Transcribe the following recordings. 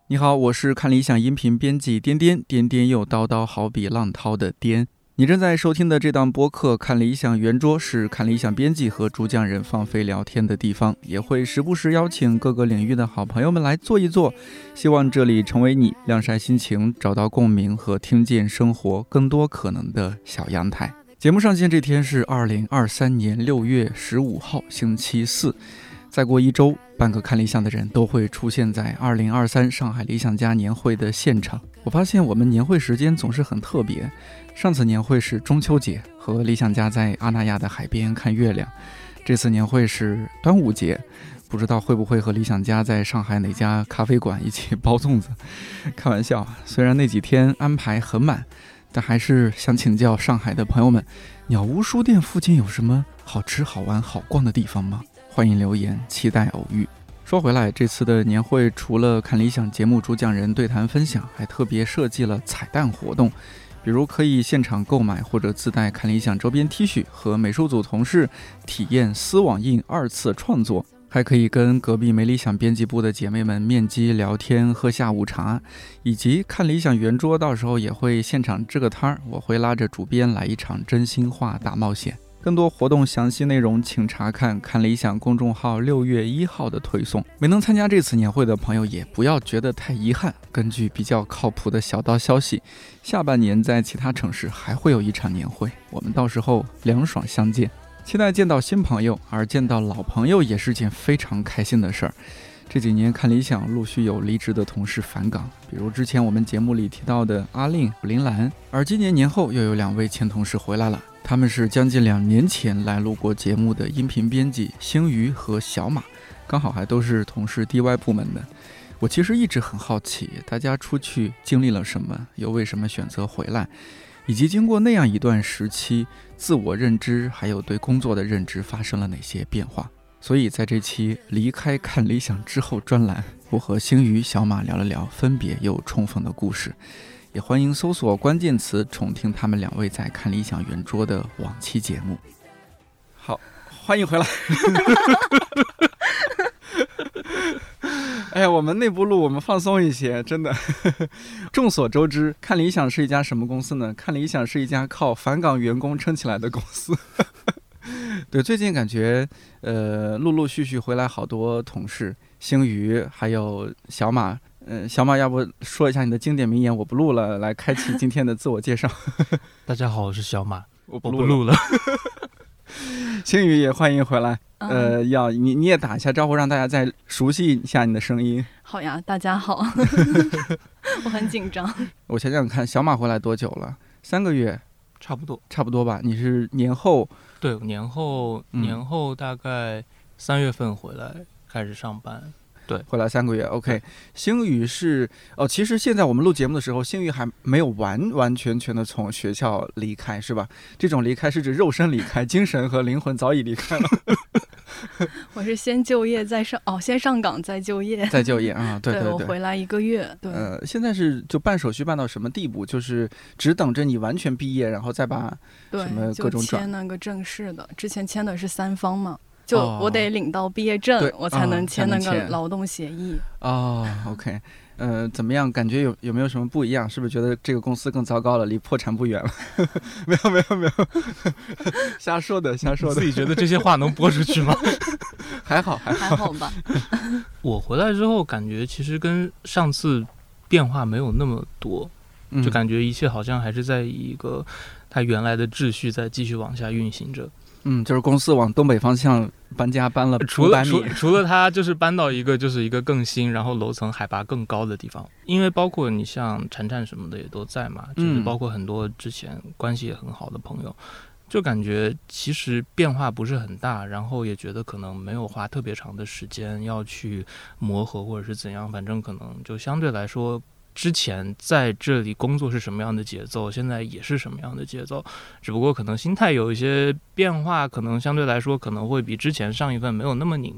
你好，我是看理想音频编辑颠颠，颠颠又叨叨，好比浪涛的颠。你正在收听的这档播客《看理想圆桌》是看理想编辑和主讲人放飞聊天的地方，也会时不时邀请各个领域的好朋友们来坐一坐，希望这里成为你晾晒心情、找到共鸣和听见生活更多可能的小阳台。节目上线这天是2023年6月15号，星期四。再过一周，半个看理想的人都会出现在2023上海理想家年会的现场。我发现我们年会时间总是很特别，上次年会是中秋节，和理想家在阿那亚的海边看月亮。这次年会是端午节，不知道会不会和理想家在上海哪家咖啡馆一起包粽子。开玩笑，虽然那几天安排很满，但还是想请教上海的朋友们，鸟屋书店附近有什么好吃好玩好逛的地方吗？欢迎留言，期待偶遇。说回来，这次的年会除了看理想节目主讲人对谈分享，还特别设计了彩蛋活动，比如可以现场购买或者自带看理想周边 T 恤，和美术组同事体验丝网印2次创作，还可以跟隔壁没理想编辑部的姐妹们面基聊天喝下午茶，以及看理想圆桌到时候也会现场支个摊儿，我会拉着主编来一场真心话大冒险。更多活动详细内容请查看看理想公众号6月1号的推送。没能参加这次年会的朋友也不要觉得太遗憾，根据比较靠谱的小道消息，下半年在其他城市还会有一场年会，我们到时候凉爽相见。期待见到新朋友，而见到老朋友也是件非常开心的事儿。这几年看理想陆续有离职的同事返岗，比如之前我们节目里提到的阿令、林兰，而今年年后又有2位前同事回来了，他们是将近2年前来录过节目的音频编辑星瑜和小马，刚好还都是同是 DY 部门的。我其实一直很好奇，大家出去经历了什么，又为什么选择回来，以及经过那样一段时期，自我认知还有对工作的认知发生了哪些变化。所以在这期离开看理想之后专栏，我和星瑜、小马聊了聊分别又重逢的故事，也欢迎搜索关键词重听他们2位在看理想圆桌的往期节目。好，欢迎回来。哎呀，我们内部录，我们放松一些，真的。众所周知，看理想是一家什么公司呢？看理想是一家靠返岗员工撑起来的公司。对，最近感觉陆陆续续回来好多同事，星瑜还有小马。小马要不说一下你的经典名言，我不录了，来开启今天的自我介绍。 大家好，我是小马， 我不录了。 星宇也欢迎回来。你也打一下招呼，让大家再熟悉一下你的声音。 好呀，大家好。我很紧张。 我想想看，小马回来多久了？3个月， 差不多吧。你是年后？ 对，年后大概3月份回来开始上班。对， 回来3个月 ，OK。星宇是其实现在我们录节目的时候，星宇还没有完完全全的从学校离开，是吧？这种离开是指肉身离开，精神和灵魂早已离开了。 我是先就业再上先上岗再就业啊，对， 我回来1个月。对， 现在是就办手续办到什么地步？就是只等着你完全毕业，然后再把什么各种就签那个正式的。之前签的是3方嘛。就我得领到毕业证，我才能签那个劳动协议。 OK， 怎么样？感觉有没有什么不一样？是不是觉得这个公司更糟糕了，离破产不远了？没有，瞎说的。 自己觉得这些话能播出去吗？ 还好吧。 我回来之后，感觉其实跟上次变化没有那么多，就感觉一切好像还是在一个它原来的秩序在继续往下运行着。 就是公司往东北方向搬家，搬了500米。 除了它就是搬到一个更新，然后楼层海拔更高的地方。因为包括你像婵婵什么的也都在嘛，就是包括很多之前关系也很好的朋友，就感觉其实变化不是很大，然后也觉得可能没有花特别长的时间要去磨合或者是怎样，反正可能就相对来说。之前在这里工作是什么样的节奏，现在也是什么样的节奏，只不过可能心态有一些变化，可能相对来说可能会比之前上一份没有那么拧巴。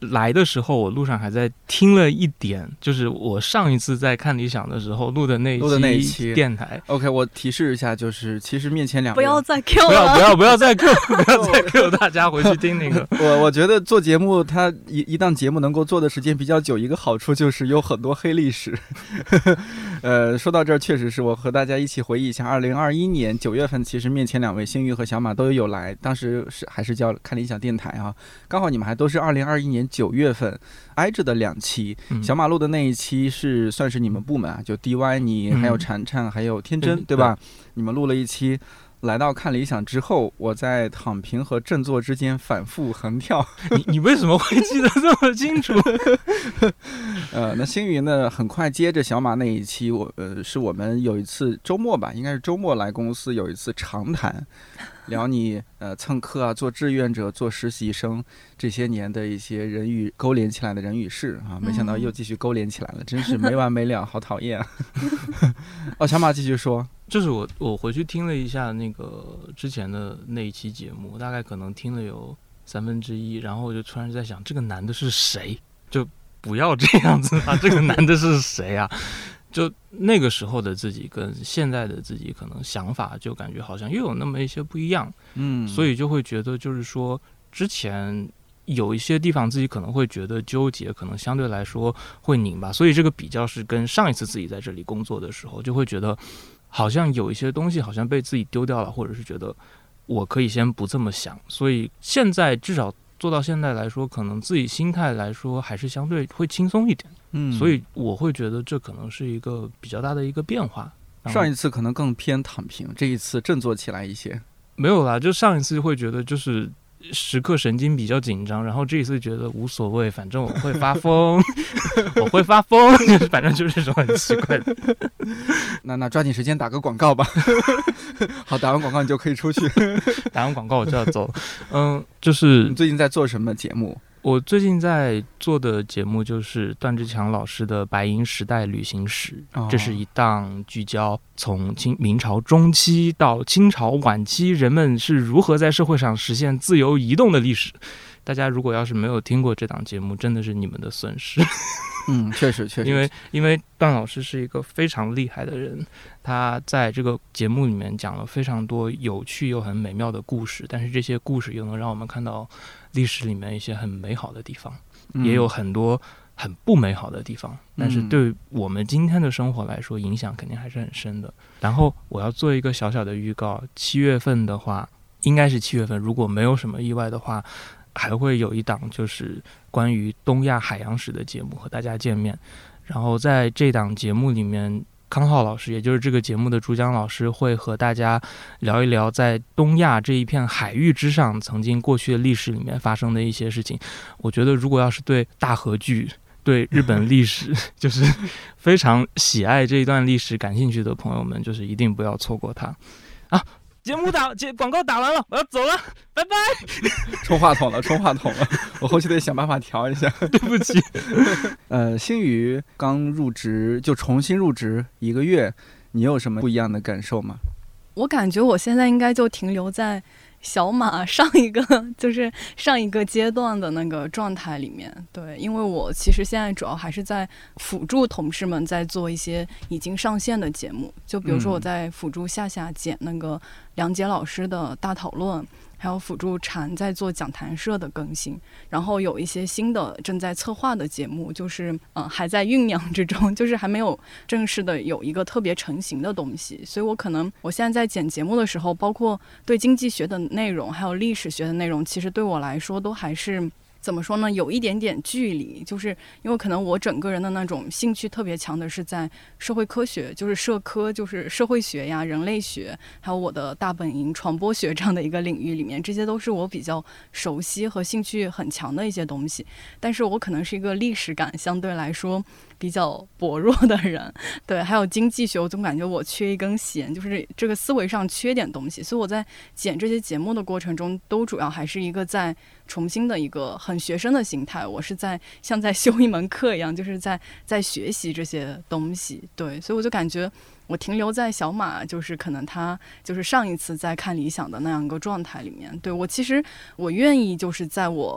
来的时候我路上还在听了一点，就是我上一次在看理想的时候录的那一期电台。 OK， 我提示一下，就是其实面前两个不要再 Q 了，不要再 Q 不要再 Q 大家回去听那个我觉得做节目它一档节目能够做的时间比较久，一个好处就是有很多黑历史说到这儿，确实是我和大家一起回忆一下2021年9月份，其实面前两位星宇和小马都有来，当时还是叫看理想电台啊，刚好你们还都是2021年9月份挨着的2期。小马录的那一期是算是你们部门啊，就 DY 你还有禅禅还有天真，对吧？你们录了一期。来到看理想之后，我在躺平和振作之间反复横跳。 你为什么会记得这么清楚？ 那星宇呢，很快接着小马那一期，是我们有一次周末吧，应该是周末来公司有一次长谈，聊你蹭课啊，做志愿者、做实习生这些年的一些人与勾连起来的人与事啊，没想到又继续勾连起来了，真是没完没了，好讨厌啊！哦，小马继续说。 就是我回去听了一下那个之前的那一期节目，大概可能听了有1/3，然后我就突然在想，这个男的是谁？就不要这样子啊！这个男的是谁啊？就那个时候的自己跟现在的自己，可能想法就感觉好像又有那么一些不一样。所以就会觉得，就是说之前有一些地方自己可能会觉得纠结，可能相对来说会拧巴。所以这个比较是跟上一次自己在这里工作的时候，就会觉得。好像有一些东西好像被自己丢掉了，或者是觉得我可以先不这么想，所以现在至少做到现在来说，可能自己心态来说还是相对会轻松一点。所以我会觉得这可能是一个比较大的一个变化。 上一次可能更偏躺平，这一次振作起来一些。 没有啦，就上一次会觉得就是时刻神经比较紧张，然后这一次觉得无所谓，反正我会发疯我会发疯，反正就是这种很奇怪的那抓紧时间打个广告吧好，打完广告你就可以出去打完广告我就要走就是你最近在做什么节目？ 我最近在做的节目就是段志强老师的《白银时代旅行史》，这是一档聚焦从明朝中期到清朝晚期人们是如何在社会上实现自由移动的历史。大家如果要是没有听过这档节目，真的是你们的损失确实因为段老师是一个非常厉害的人，他在这个节目里面讲了非常多有趣又很美妙的故事，但是这些故事又能让我们看到历史里面一些很美好的地方，也有很多很不美好的地方，但是对我们今天的生活来说影响肯定还是很深的。然后我要做一个小小的预告，7月份的话，应该是7月份，如果没有什么意外的话，还会有一档就是关于东亚海洋史的节目和大家见面。然后在这档节目里面，康浩老师，也就是这个节目的主讲老师，会和大家聊一聊在东亚这一片海域之上曾经过去的历史里面发生的一些事情。我觉得如果要是对大和剧对日本历史就是非常喜爱这一段历史感兴趣的朋友们，就是一定不要错过它啊！广告打完了，我要走了，拜拜。 充话筒了，我后期得想办法调一下。 对不起。 星宇刚入职，就重新入职1个月，你有什么不一样的感受吗？ 我感觉我现在应该就停留在小马上一个阶段的那个状态里面。对，因为我其实现在主要还是在辅助同事们在做一些已经上线的节目，就比如说我在辅助夏剪那个梁杰老师的大讨论，还有辅助禅在做讲坛社的更新，然后有一些新的正在策划的节目，就是还在酝酿之中，就是还没有正式的有一个特别成型的东西。所以我现在在剪节目的时候，包括对经济学的内容还有历史学的内容，其实对我来说都还是怎么说呢，有一点点距离，就是因为可能我整个人的那种兴趣特别强的是在社会科学，就是社科，就是社会学呀、人类学，还有我的大本营传播学这样的一个领域里面，这些都是我比较熟悉和兴趣很强的一些东西。但是我可能是一个历史感相对来说比较薄弱的人，对，还有经济学，我总感觉我缺一根弦，就是这个思维上缺点东西。所以我在剪这些节目的过程中，都主要还是一个在重新的一个很学生的心态，我是像在修一门课一样，就是在学习这些东西。对，所以我就感觉我停留在小马，就是可能他就是上一次在看理想的那样一个状态里面。对，我其实我愿意就是在我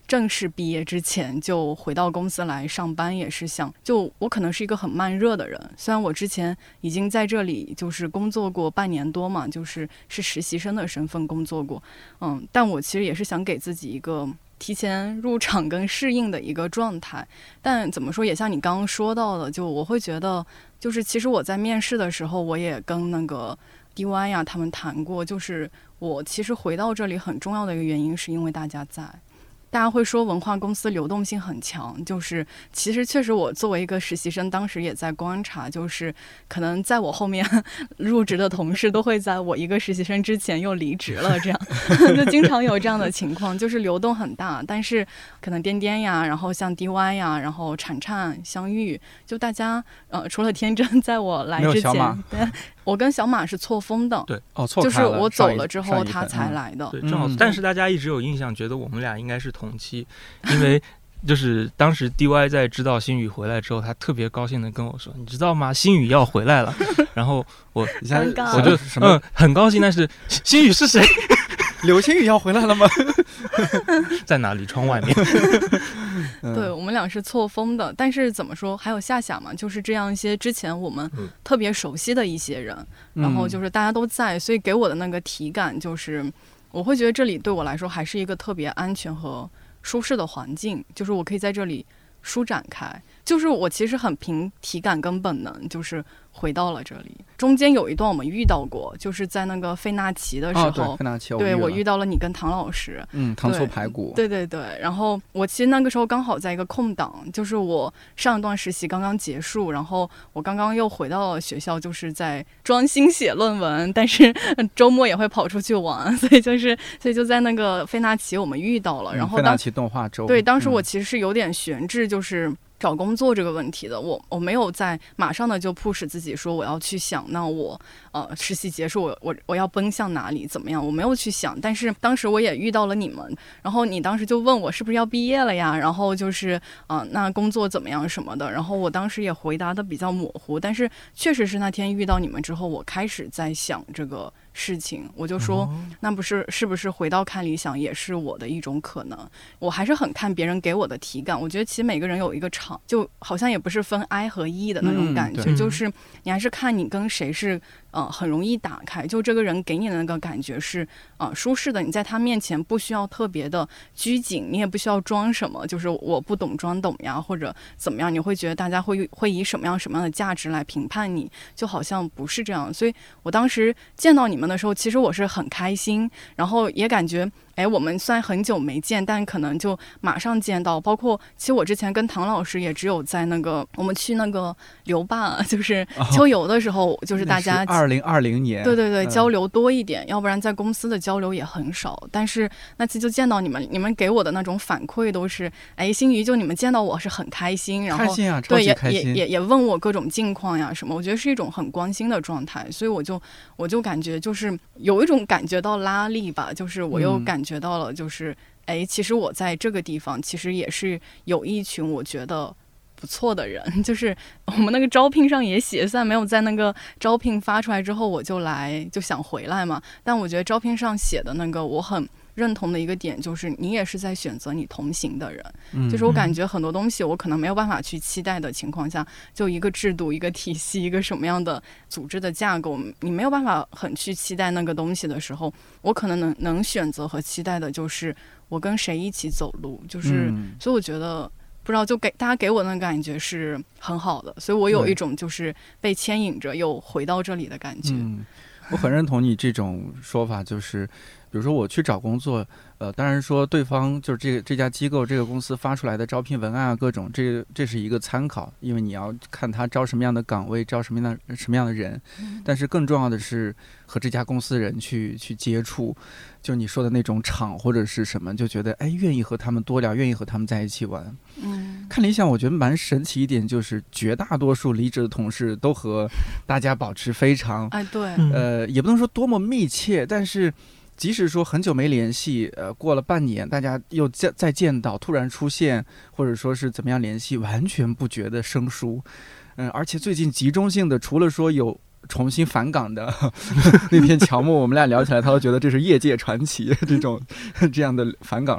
正式毕业之前就回到公司来上班，也是想，就我可能是一个很慢热的人，虽然我之前已经在这里就是工作过半年多嘛，是实习生的身份工作过，但我其实也是想给自己一个提前入场跟适应的一个状态。但怎么说，也像你刚刚说到的，就我会觉得，就是其实我在面试的时候，我也跟那个 DY 呀他们谈过，就是我其实回到这里很重要的一个原因是因为大家在。大家会说文化公司流动性很强，就是其实确实我作为一个实习生，当时也在观察，就是可能在我后面入职的同事都会在我一个实习生之前又离职了，这样就经常有这样的情况，就是流动很大。但是可能颠颠呀，然后像 DY 呀，然后铲铲、相遇，就大家除了天真，在我来之前，对，我跟小马是错峰的， 对， 错开了， 就是我走了之后他才来的， 对，正好。但是大家一直有印象，觉得我们俩应该是同期，因为就是当时 DY 在知道星宇回来之后，他特别高兴的跟我说：“你知道吗？星宇要回来了。”然后我就很高兴，但是星宇是谁？ 刘星宇要回来了吗？ 在哪里？窗外面。 对，我们俩是错峰的，但是怎么说，还有夏夏嘛，就是这样一些之前我们特别熟悉的一些人，然后就是大家都在，所以给我的那个体感就是，我会觉得这里对我来说还是一个特别安全和舒适的环境，就是我可以在这里舒展开，就是我其实很凭体感跟本能，就是回到了这里。中间有一段我们遇到过，就是在那个费纳奇的时候， 对，费纳奇我遇到了你跟唐老师， 糖醋排骨， 对，然后我其实那个时候刚好在一个空档，就是我上一段实习刚刚结束，然后我刚刚又回到了学校，就是在专心写论文，但是周末也会跑出去玩，所以就在那个费纳奇我们遇到了，然后费纳奇动画周， 对，当时我其实是有点悬置，就是找工作这个问题的，我没有在马上的就 push 自己说我要去想，那我实习结束我要奔向哪里怎么样，我没有去想。但是当时我也遇到了你们，然后你当时就问我是不是要毕业了呀，然后就是那工作怎么样什么的，然后我当时也回答的比较模糊，但是确实是那天遇到你们之后，我开始在想这个事情，我就说那是不是回到看理想也是我的一种可能。我还是很看别人给我的体感，我觉得其实每个人有一个场，就好像也不是分 I 和 E 的那种感觉，就是你还是看你跟谁是很容易打开，就这个人给你的那个感觉是舒适的，你在他面前不需要特别的拘谨，你也不需要装什么，就是我不懂装懂呀或者怎么样，你会觉得大家会以什么样的价值来评判你，就好像不是这样。所以我当时见到你们的时候，其实我是很开心，然后也感觉我们虽然很久没见，但可能就马上见到。包括其实我之前跟唐老师也只有在那个我们去那个留坝，就是秋游的时候，就是大家 2020年， 对，交流多一点，要不然在公司的交流也很少。但是那次就见到你们给我的那种反馈都是，星宇就你们见到我是很开心，然后开心啊，超级开心， 也问我各种近况呀什么，我觉得是一种很关心的状态，所以我就感觉就是有一种感觉到拉力吧，就是我又感觉到了，就是其实我在这个地方其实也是有一群我觉得不错的人，就是我们那个招聘上也写，虽然没有在那个招聘发出来之后我就想回来嘛，但我觉得招聘上写的那个我很认同的一个点就是你也是在选择你同行的人，就是我感觉很多东西我可能没有办法去期待的情况下，就一个制度一个体系一个什么样的组织的架构，你没有办法很去期待那个东西的时候，我可能能选择和期待的就是我跟谁一起走路，就是所以我觉得不知道就给大家给我的感觉是很好的，所以我有一种就是被牵引着又回到这里的感觉。 我很认同你这种说法，就是比如说我去找工作，当然说对方就是这家机构这个公司发出来的招聘文案啊，各种这是一个参考，因为你要看他招什么样的岗位，招什么样的人，但是更重要的是和这家公司的人去接触，就你说的那种场或者是什么，就觉得愿意和他们多聊，愿意和他们在一起玩。看理想我觉得蛮神奇一点，就是绝大多数离职的同事都和大家保持非常对， 也不能说多么密切，但是即使说很久没联系，过了半年，大家又再见到，突然出现，或者说是怎么样联系，完全不觉得生疏。而且最近集中性的，除了说有重新返岗的那篇乔木，我们俩聊起来，他都觉得这是业界传奇，这样的返岗率。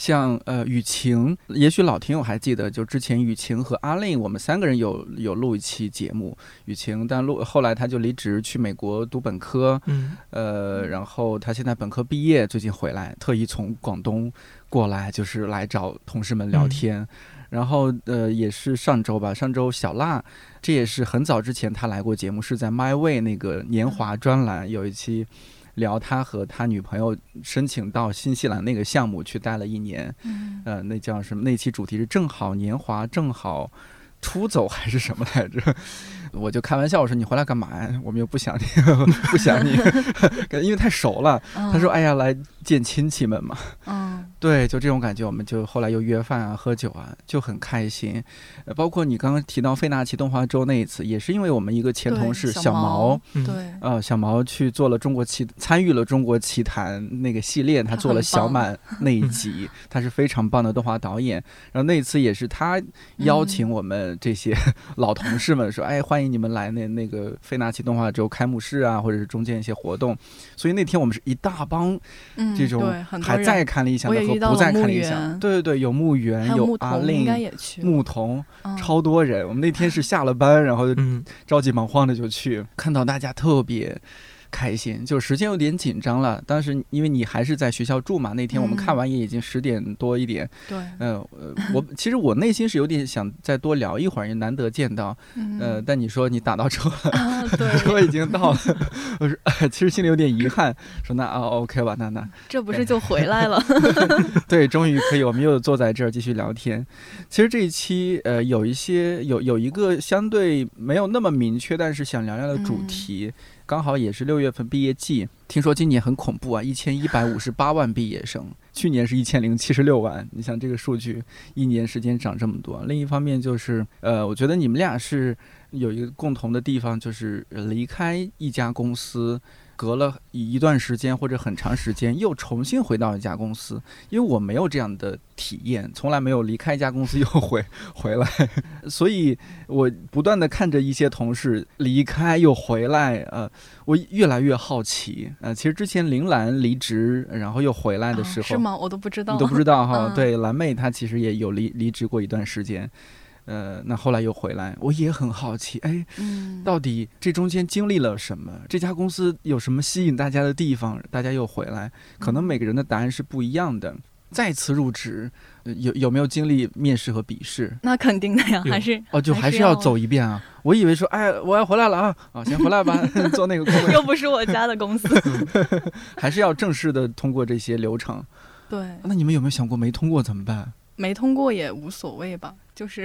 像雨晴，也许老听友还记得，就之前雨晴和阿令我们3个人有录一期节目，雨晴但后来他就离职去美国读本科，然后他现在本科毕业，最近回来，特意从广东过来，就是来找同事们聊天。然后也是上周小辣，这也是很早之前他来过节目，是在 My Way 那个年华专栏有一期聊他和他女朋友申请到新西兰那个项目去待了1年，那叫什么？那期主题是正好年华正好出走还是什么来着？我就开玩笑我说你回来干嘛呀？我们又不想你，不想你，因为太熟了。他说哎呀，来见亲戚们嘛。对，就这种感觉，我们就后来又约饭啊、喝酒啊，就很开心。包括你刚刚提到费纳奇动画周那一次，也是因为我们一个前同事小毛， 对， 小毛去做了参与了中国奇谭那个系列，他做了小满那一集，他是非常棒的动画导演。然后那一次也是他邀请我们这些老同事们说，哎，欢迎你们来那个费纳奇动画周开幕式啊，或者是中间一些活动。所以那天我们是一大帮这种还在看理想的和不在看理想，对，有牧原，有阿令，牧童，超多人。我们那天是下了班，然后着急忙慌的就去，看到大家特别开心，就时间有点紧张了。当时因为你还是在学校住嘛，那天我们看完也已经10点多一点。 对， 其实我内心是有点想再多聊一会儿，也难得见到。但你说你打到车了，车已经到了，我说其实心里有点遗憾，说那OK 吧，那这不是就回来了？ 对，终于可以，我们又坐在这儿继续聊天。其实这一期有一个相对没有那么明确，但是想聊聊的主题。刚好也是6月份毕业季，听说今年很恐怖啊，1158万毕业生，去年是1076万。你想这个数据1年时间涨这么多。另一方面就是我觉得你们俩是有一个共同的地方，就是离开一家公司，隔了一段时间或者很长时间又重新回到一家公司。因为我没有这样的体验，从来没有离开一家公司又回来，所以我不断的看着一些同事离开又回来，我越来越好奇。其实之前林兰离职然后又回来的时候， 是吗？我都不知道。 你都不知道哈？对，蓝妹她其实也有离职过一段时间。那后来又回来，我也很好奇，到底这中间经历了什么？这家公司有什么吸引大家的地方？大家又回来，可能每个人的答案是不一样的。再次入职，有没有经历面试和笔试？ 那肯定的呀， 还是要走一遍啊！我以为说，我要回来了啊，先回来吧，做那个工作。 又不是我家的公司， 还是要正式的通过这些流程。 对， 那你们有没有想过没通过怎么办？ 没通过也无所谓吧，就是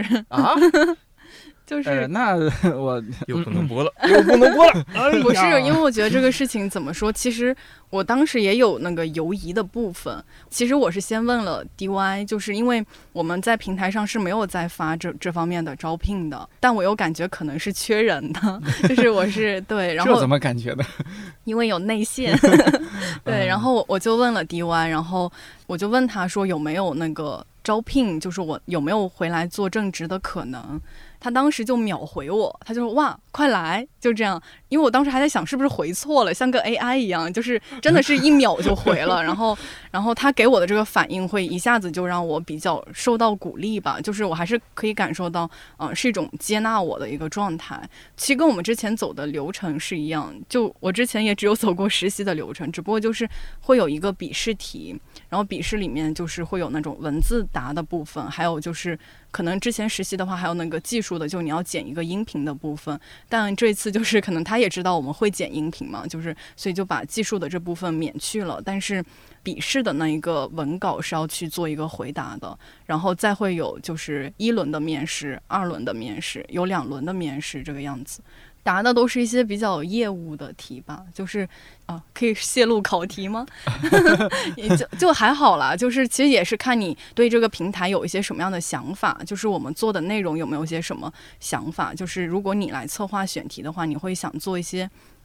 那我又不能播了， 又不能播了。 不是，因为我觉得这个事情怎么说，其实我当时也有那个犹疑的部分。其实我是先问了 DY， 就是因为我们在平台上是没有在发这方面的招聘的，但我又感觉可能是缺人的，就是我是对，然后这怎么感觉的？ 因为有内线，对，然后我就问了 DY， 然后我就问他说有没有那个招聘，就是我有没有回来做正职的可能。他当时就秒回我，他就说哇快来，就这样。因为我当时还在想是不是回错了，像个 AI 一样，就是真的是1秒就回了。然后他给我的这个反应会一下子就让我比较受到鼓励吧，就是我还是可以感受到是一种接纳我的一个状态。其实跟我们之前走的流程是一样，就我之前也只有走过实习的流程，只不过就是会有一个笔试题，然后笔试里面就是会有那种文字答的部分，还有就是可能之前实习的话还有那个技术的，就你要剪一个音频的部分。但这次就是可能他也知道我们会剪音频嘛，就是所以就把技术的这部分免去了，但是笔试的那一个文稿是要去做一个回答的，然后再会有就是1轮的面试、2轮的面试，有2轮的面试这个样子。答的都是一些比较业务的题吧，就是可以泄露考题吗？也就还好啦，就是其实也是看你对这个平台有一些什么样的想法，就是我们做的内容有没有一些什么想法，就是如果你来策划选题的话，你会想做一些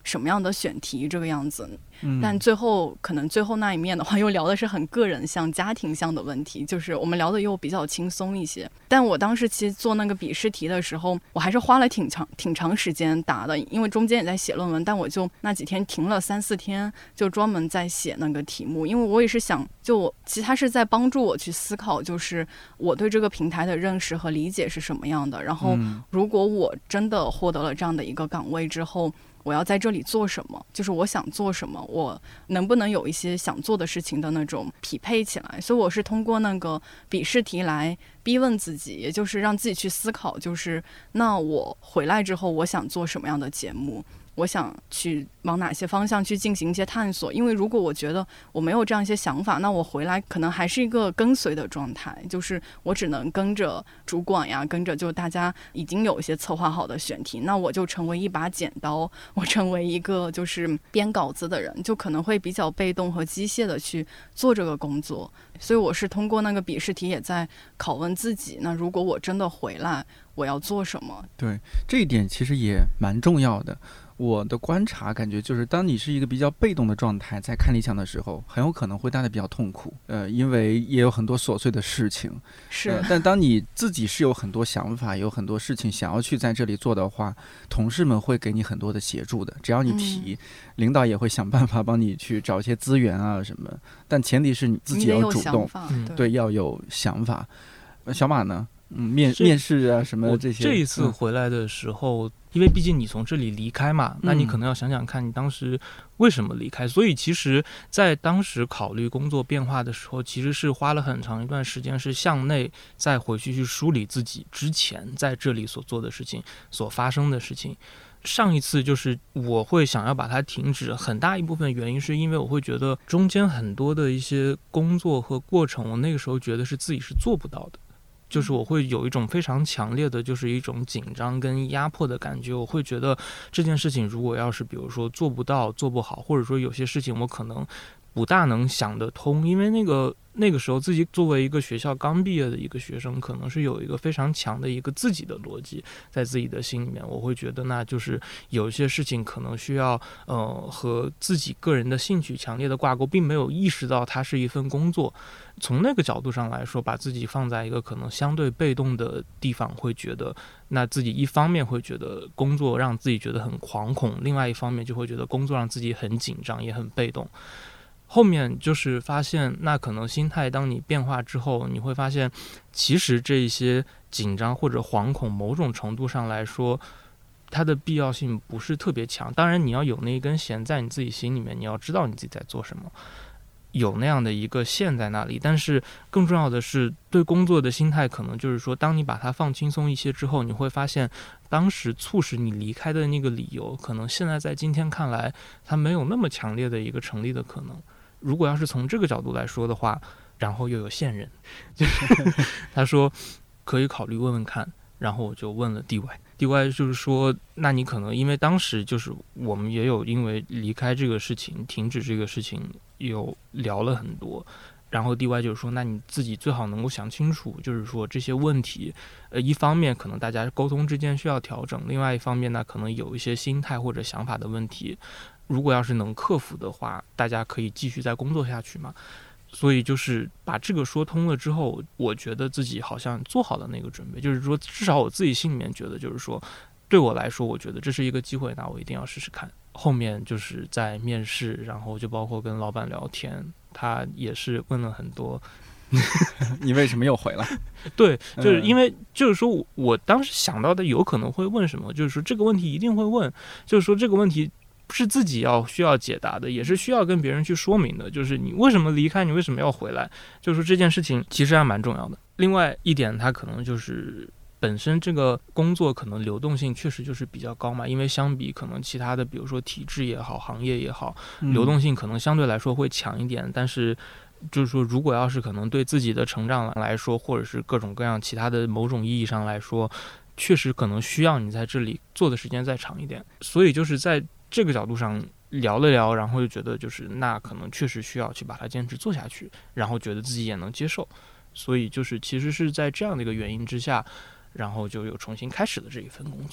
什么样的选题这个样子。但可能最后那一面的话，又聊的是很个人向、家庭向的问题，就是我们聊的又比较轻松一些。但我当时其实做那个笔试题的时候，我还是花了挺长时间答的，因为中间也在写论文，但我就那几天停了3-4天，就专门在写那个题目，因为我也是想，其实它是在帮助我去思考，就是我对这个平台的认识和理解是什么样的。然后，如果我真的获得了这样的一个岗位之后，我要在这里做什么，就是我想做什么，我能不能有一些想做的事情的那种匹配起来。所以我是通过那个笔试题来逼问自己，也就是让自己去思考，就是那我回来之后我想做什么样的节目，我想去往哪些方向去进行一些探索。因为如果我觉得我没有这样一些想法，那我回来可能还是一个跟随的状态，就是我只能跟着主管呀，跟着就大家已经有一些策划好的选题，那我就成为一把剪刀，我成为一个就是编稿子的人，就可能会比较被动和机械的去做这个工作。所以我是通过那个笔试题也在拷问自己，那如果我真的回来我要做什么。 对，这一点其实也蛮重要的。我的观察感觉就是，当你是一个比较被动的状态，在看理想的时候，很有可能会待得比较痛苦。因为也有很多琐碎的事情。 是。 但当你自己是有很多想法，有很多事情想要去在这里做的话，同事们会给你很多的协助的。只要你提，领导也会想办法帮你去找一些资源啊什么。但前提是你自己要主动，对，要有想法。小马呢？面试啊什么这些。 这一次回来的时候，因为毕竟你从这里离开嘛，那你可能要想想看你当时为什么离开。所以其实在当时考虑工作变化的时候，其实是花了很长一段时间是向内再回去梳理自己之前在这里所做的事情，所发生的事情。上一次就是我会想要把它停止，很大一部分原因是因为我会觉得中间很多的一些工作和过程，我那个时候觉得是自己是做不到的。就是我会有一种非常强烈的，就是一种紧张跟压迫的感觉。我会觉得这件事情如果要是比如说做不到、做不好，或者说有些事情我可能不大能想得通，因为那个时候自己作为一个学校刚毕业的一个学生，可能是有一个非常强的一个自己的逻辑在自己的心里面。我会觉得那就是有一些事情可能需要和自己个人的兴趣强烈的挂钩，并没有意识到它是一份工作。从那个角度上来说，把自己放在一个可能相对被动的地方，会觉得那自己一方面会觉得工作让自己觉得很惶恐，另外一方面就会觉得工作让自己很紧张也很被动。后面就是发现那可能心态当你变化之后，你会发现其实这一些紧张或者惶恐某种程度上来说它的必要性不是特别强。当然你要有那一根弦在你自己心里面，你要知道你自己在做什么，有那样的一个线在那里。但是更重要的是对工作的心态，可能就是说当你把它放轻松一些之后，你会发现当时促使你离开的那个理由，可能现在在今天看来它没有那么强烈的一个成立的可能。如果要是从这个角度来说的话，然后又有线人就是他说可以考虑问问看，然后我就问了 DY 就是说那你可能因为当时就是我们也有因为离开这个事情停止这个事情有聊了很多，然后 DY 就是说那你自己最好能够想清楚，就是说这些问题一方面可能大家沟通之间需要调整，另外一方面呢可能有一些心态或者想法的问题，如果要是能克服的话，大家可以继续再工作下去嘛。所以就是把这个说通了之后，我觉得自己好像做好了那个准备，就是说至少我自己心里面觉得就是说对我来说我觉得这是一个机会，那我一定要试试看。后面就是在面试，然后就包括跟老板聊天，他也是问了很多你为什么又回来？ 对，就是因为就是说我当时想到的有可能会问什么，就是说这个问题一定会问，就是说这个问题是自己需要解答的，也是需要跟别人去说明的，就是你为什么离开，你为什么要回来，就是说这件事情其实还蛮重要的。另外一点它可能就是本身这个工作可能流动性确实就是比较高嘛，因为相比可能其他的比如说体制也好行业也好，流动性可能相对来说会强一点，但是就是说如果要是可能对自己的成长来说，或者是各种各样其他的某种意义上来说，确实可能需要你在这里做的时间再长一点。所以就是在这个角度上聊了聊，然后就觉得就是那可能确实需要去把它坚持做下去，然后觉得自己也能接受。所以就是其实是在这样的一个原因之下，然后就有重新开始了这一份工作。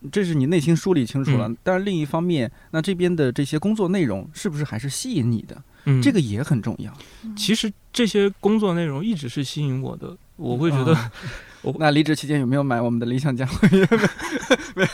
这是你内心梳理清楚了。但是另一方面，那这边的这些工作内容是不是还是吸引你的？这个也很重要。 其实这些工作内容一直是吸引我的，我会觉得。 那离职期间有没有买我们的理想家会员？没有。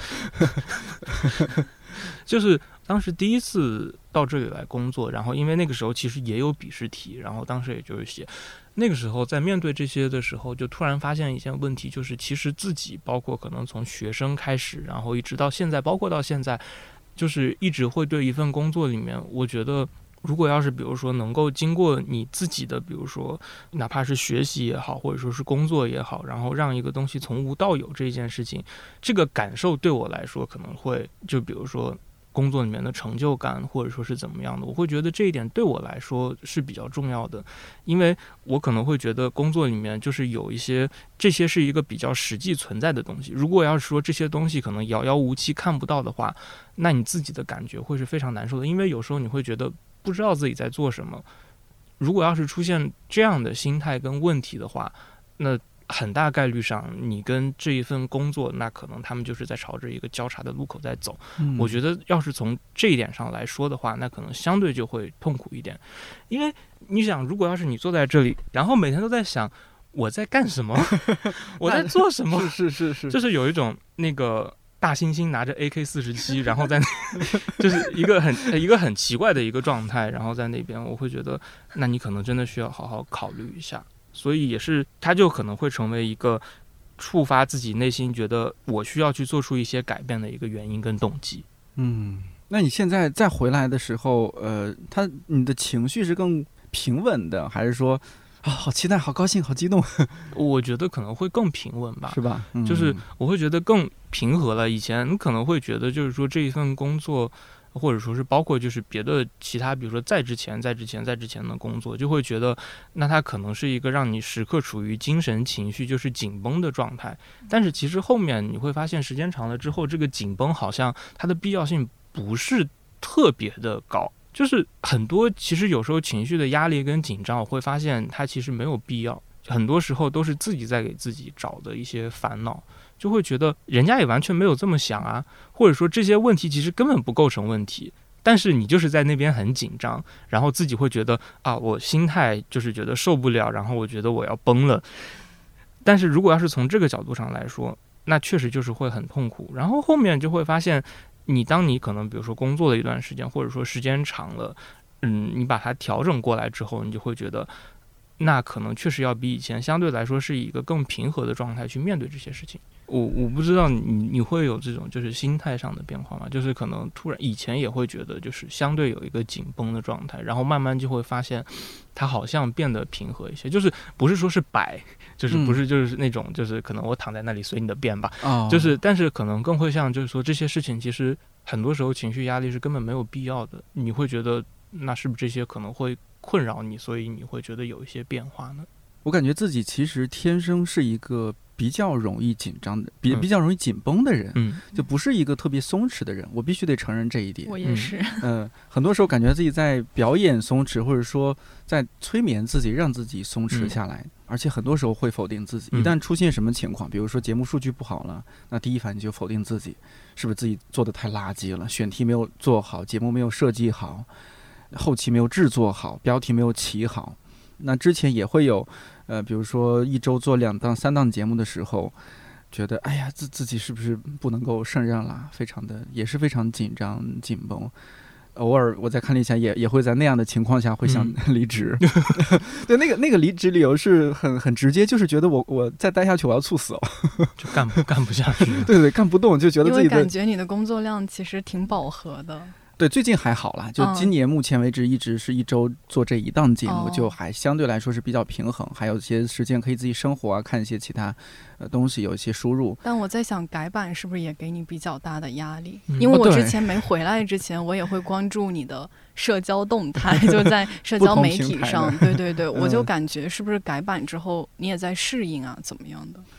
就是当时第一次到这里来工作，然后因为那个时候其实也有笔试题，然后当时也就是写，那个时候在面对这些的时候，就突然发现一件问题，就是其实自己包括可能从学生开始，然后一直到现在，包括到现在，就是一直会对一份工作里面，我觉得如果要是比如说能够经过你自己的比如说哪怕是学习也好，或者说是工作也好，然后让一个东西从无到有这件事情，这个感受对我来说可能会就比如说工作里面的成就感，或者说是怎么样的，我会觉得这一点对我来说是比较重要的。因为我可能会觉得工作里面就是有一些这些是一个比较实际存在的东西，如果要是说这些东西可能遥遥无期看不到的话，那你自己的感觉会是非常难受的。因为有时候你会觉得不知道自己在做什么，如果要是出现这样的心态跟问题的话，那很大概率上你跟这一份工作，那可能他们就是在朝着一个交叉的路口在走。我觉得要是从这一点上来说的话，那可能相对就会痛苦一点。因为你想，如果要是你坐在这里，然后每天都在想我在干什么我在做什么， 是就是有一种那个大猩猩拿着 AK47 然后在就是一个很奇怪的一个状态，然后在那边我会觉得那你可能真的需要好好考虑一下。所以也是它就可能会成为一个触发自己内心觉得我需要去做出一些改变的一个原因跟动机。 那你现在再回来的时候你的情绪是更平稳的，还是说好期待好高兴好激动？ 我觉得可能会更平稳吧， 是吧？ 就是我会觉得更平和了。以前你可能会觉得就是说这一份工作或者说是包括就是别的其他比如说在之前的工作，就会觉得那它可能是一个让你时刻处于精神情绪就是紧绷的状态。但是其实后面你会发现时间长了之后，这个紧绷好像它的必要性不是特别的高，就是很多其实有时候情绪的压力跟紧张，我会发现它其实没有必要，很多时候都是自己在给自己找的一些烦恼，就会觉得人家也完全没有这么想啊，或者说这些问题其实根本不构成问题，但是你就是在那边很紧张，然后自己会觉得我心态就是觉得受不了，然后我觉得我要崩了。但是如果要是从这个角度上来说，那确实就是会很痛苦。然后后面就会发现当你可能比如说工作了一段时间，或者说时间长了，你把它调整过来之后，你就会觉得那可能确实要比以前相对来说是以一个更平和的状态去面对这些事情。我不知道你会有这种就是心态上的变化吗？就是可能突然以前也会觉得就是相对有一个紧绷的状态，然后慢慢就会发现它好像变得平和一些，就是不是说是摆，就是不是就是那种就是可能我躺在那里随你的便吧，就是但是可能更会像就是说这些事情其实很多时候情绪压力是根本没有必要的，你会觉得那是不是这些可能会困扰你，所以你会觉得有一些变化呢？ 我感觉自己其实天生是一个比较容易紧张的比较容易紧绷的人，就不是一个特别松弛的人，我必须得承认这一点。 我也是很多时候感觉自己在表演松弛，或者说在催眠自己让自己松弛下来，而且很多时候会否定自己。一旦出现什么情况，比如说节目数据不好了，那第一反应就否定自己，是不是自己做的太垃圾了，选题没有做好，节目没有设计好，后期没有制作好，标题没有起好。那之前也会有比如说一周做2档3档节目的时候，觉得哎呀自己是不是不能够胜任了，也是非常紧张紧绷。偶尔我在看了一下也会在那样的情况下会想离职对，那个离职理由是很直接，就是觉得我再待下去我要猝死就干不下去对，干不动，就觉得自己因为感觉你的工作量其实挺饱和的。 对，最近还好啦，就今年目前为止一直是一周做这1档节目，就还相对来说是比较平衡，还有一些时间可以自己生活啊，看一些其他东西，有一些输入。 但我在想改版是不是也给你比较大的压力？因为我之前没回来之前，我也会关注你的社交动态，就在社交媒体上。对，我就感觉是不是改版之后你也在适应啊，怎么样的？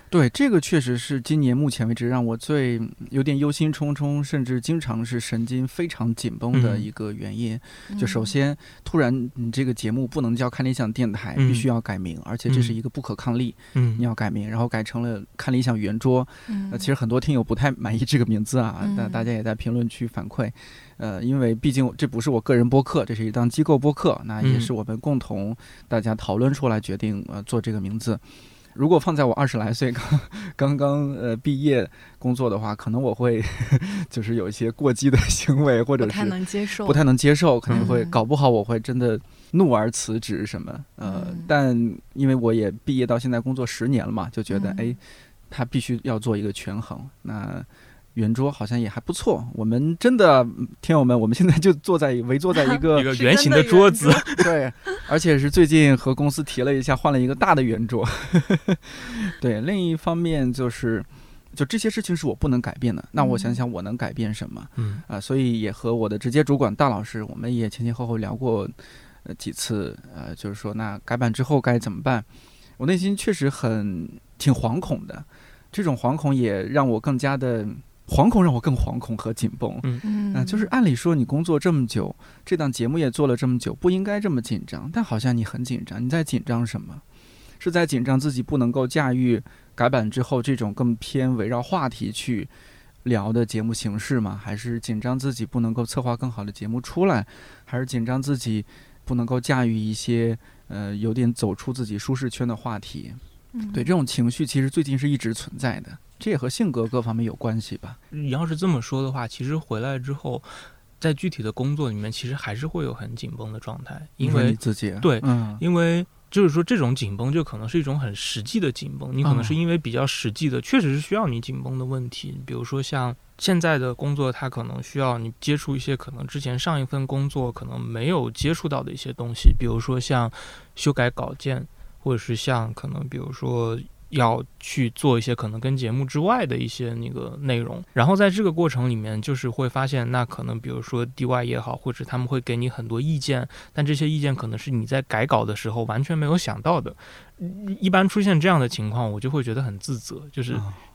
对，这个确实是今年目前为止让我最有点忧心忡忡，甚至经常是神经非常紧绷的一个原因。就首先，突然你这个节目不能叫看理想电台，必须要改名，而且这是一个不可抗力，你要改名，然后改成了看理想圆桌。其实很多听友不太满意这个名字啊，但大家也在评论区反馈。因为毕竟这不是我个人播客，这是一档机构播客，那也是我们共同大家讨论出来决定做这个名字。如果放在我20来岁刚刚毕业工作的话，可能我会就是有一些过激的行为，或者是不太能接受，可能会搞不好我会真的怒而辞职什么。但因为我也毕业到现在工作10年了嘛，就觉得他必须要做一个权衡。那圆桌好像也还不错，我们真的听友们，我们现在就围坐在一个圆形的桌子， 对，而且是最近和公司提了一下，换了一个大的圆桌。对，另一方面就这些事情是我不能改变的，那我想想我能改变什么？所以也和我的直接主管大老师，我们也前前后后聊过几次，就是说那改版之后该怎么办？我内心确实挺惶恐的，这种惶恐也让我更加的。惶恐让我更惶恐和紧绷，就是按理说你工作这么久，这档节目也做了这么久，不应该这么紧张，但好像你很紧张，你在紧张什么？是在紧张自己不能够驾驭改版之后这种更偏围绕话题去聊的节目形式吗？还是紧张自己不能够策划更好的节目出来？还是紧张自己不能够驾驭一些有点走出自己舒适圈的话题？对，这种情绪其实最近是一直存在的。这也和性格各方面有关系吧。 你要是这么说的话，其实回来之后，在具体的工作里面，其实还是会有很紧绷的状态，因为你自己对，因为就是说这种紧绷就可能是一种很实际的紧绷，你可能是因为比较实际的，确实是需要你紧绷的问题，比如说像现在的工作，它可能需要你接触一些可能之前上一份工作可能没有接触到的一些东西，比如说像修改稿件，或者是像可能比如说要去做一些可能跟节目之外的一些那个内容，然后在这个过程里面就是会发现，那可能比如说 DY 也好，或者他们会给你很多意见，但这些意见可能是你在改稿的时候完全没有想到的。一般出现这样的情况，我就会觉得很自责，就是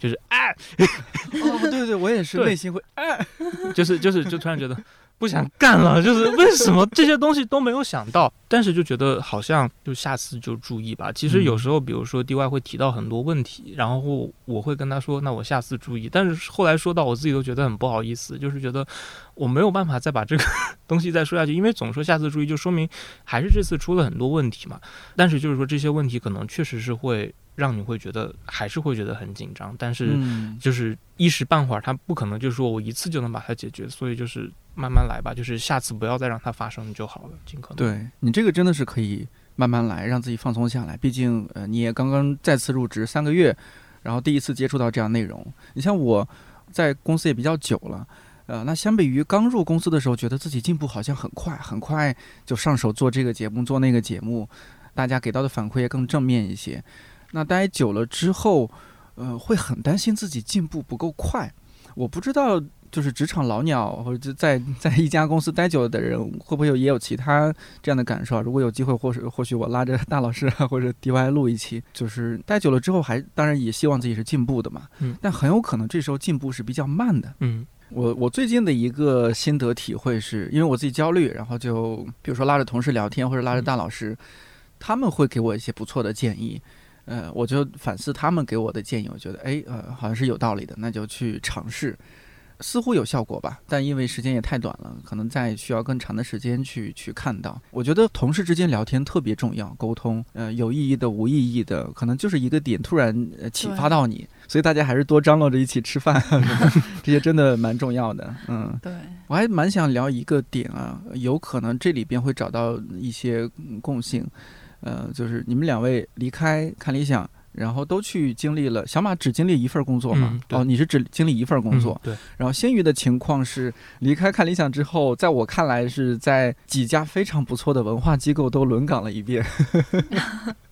对，我也是内心会就突然觉得不想干了，就是为什么这些东西都没有想到，但是就觉得好像就下次就注意吧。其实有时候比如说 DY 会提到很多问题，然后我会跟他说那我下次注意，但是后来说到我自己都觉得很不好意思，就是觉得我没有办法再把这个东西再说下去，因为总说下次注意就说明还是这次出了很多问题嘛。但是就是说这些问题可能确实是会让你会觉得还是会觉得很紧张，但是就是一时半会儿他不可能就是说我一次就能把它解决，所以就是慢慢来吧，就是下次不要再让它发生就好了，尽可能。 对，你这个真的是可以慢慢来，让自己放松下来，毕竟你也刚刚再次入职3个月，然后第一次接触到这样内容。你像我在公司也比较久了，那相比于刚入公司的时候，觉得自己进步好像很快就上手做这个节目做那个节目，大家给到的反馈也更正面一些。那待久了之后，会很担心自己进步不够快。我不知道，就是职场老鸟或者在一家公司待久了的人，会不会也有其他这样的感受？如果有机会，或许我拉着大老师或者 DY 录一期，就是待久了之后，当然也希望自己是进步的嘛。但很有可能这时候进步是比较慢的。我最近的一个心得体会是，因为我自己焦虑，然后就比如说拉着同事聊天，或者拉着大老师，他们会给我一些不错的建议。我就反思他们给我的建议，我觉得好像是有道理的，那就去尝试，似乎有效果吧，但因为时间也太短了，可能再需要更长的时间去看到。我觉得同事之间聊天特别重要，沟通，有意义的无意义的，可能就是一个点突然启发到你，所以大家还是多张罗着一起吃饭这些真的蛮重要的。 对， 我还蛮想聊一个点啊，有可能这里边会找到一些共性。就是你们2位离开看理想，然后都去经历了，小马只经历一份工作嘛？你是只经历一份工作。 对。 然后鲜鱼的情况是离开看理想之后，在我看来是在几家非常不错的文化机构都轮岗了一遍。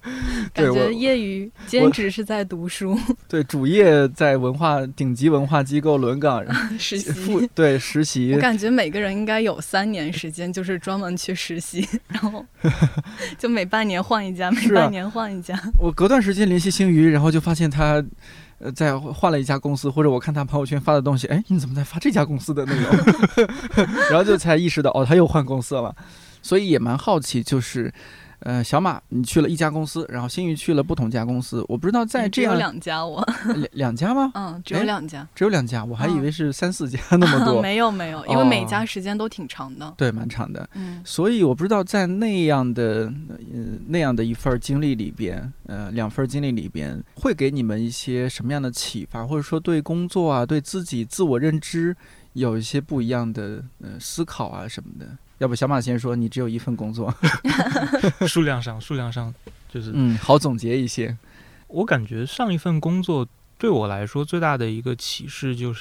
感觉业余兼职是在读书， 对，主业在顶级文化机构轮岗实习， 对，实习。 我感觉每个人应该有3年时间，就是专门去实习，然后就每半年换一家，每半年换一家。 我隔段时间联系星宇，然后就发现他在换了一家公司，或者我看他朋友圈发的东西，哎，你怎么在发这家公司的内容？然后就才意识到，他又换公司了。所以也蛮好奇，就是小马你去了一家公司，然后星宇去了不同家公司，我不知道在这样只有2家我两家吗？ 只有2家， 只有2家，我还以为是3、4家那么多。 没有，因为每家时间都挺长的， 对，蛮长的。所以我不知道在那样的一份经历里边，2份经历里边，会给你们一些什么样的启发，或者说对工作啊，对自己自我认知有一些不一样的思考啊什么的。要不小马先说，你只有1份工作。 数量上就是好总结一些。 我感觉上一份工作对我来说最大的一个启示就是，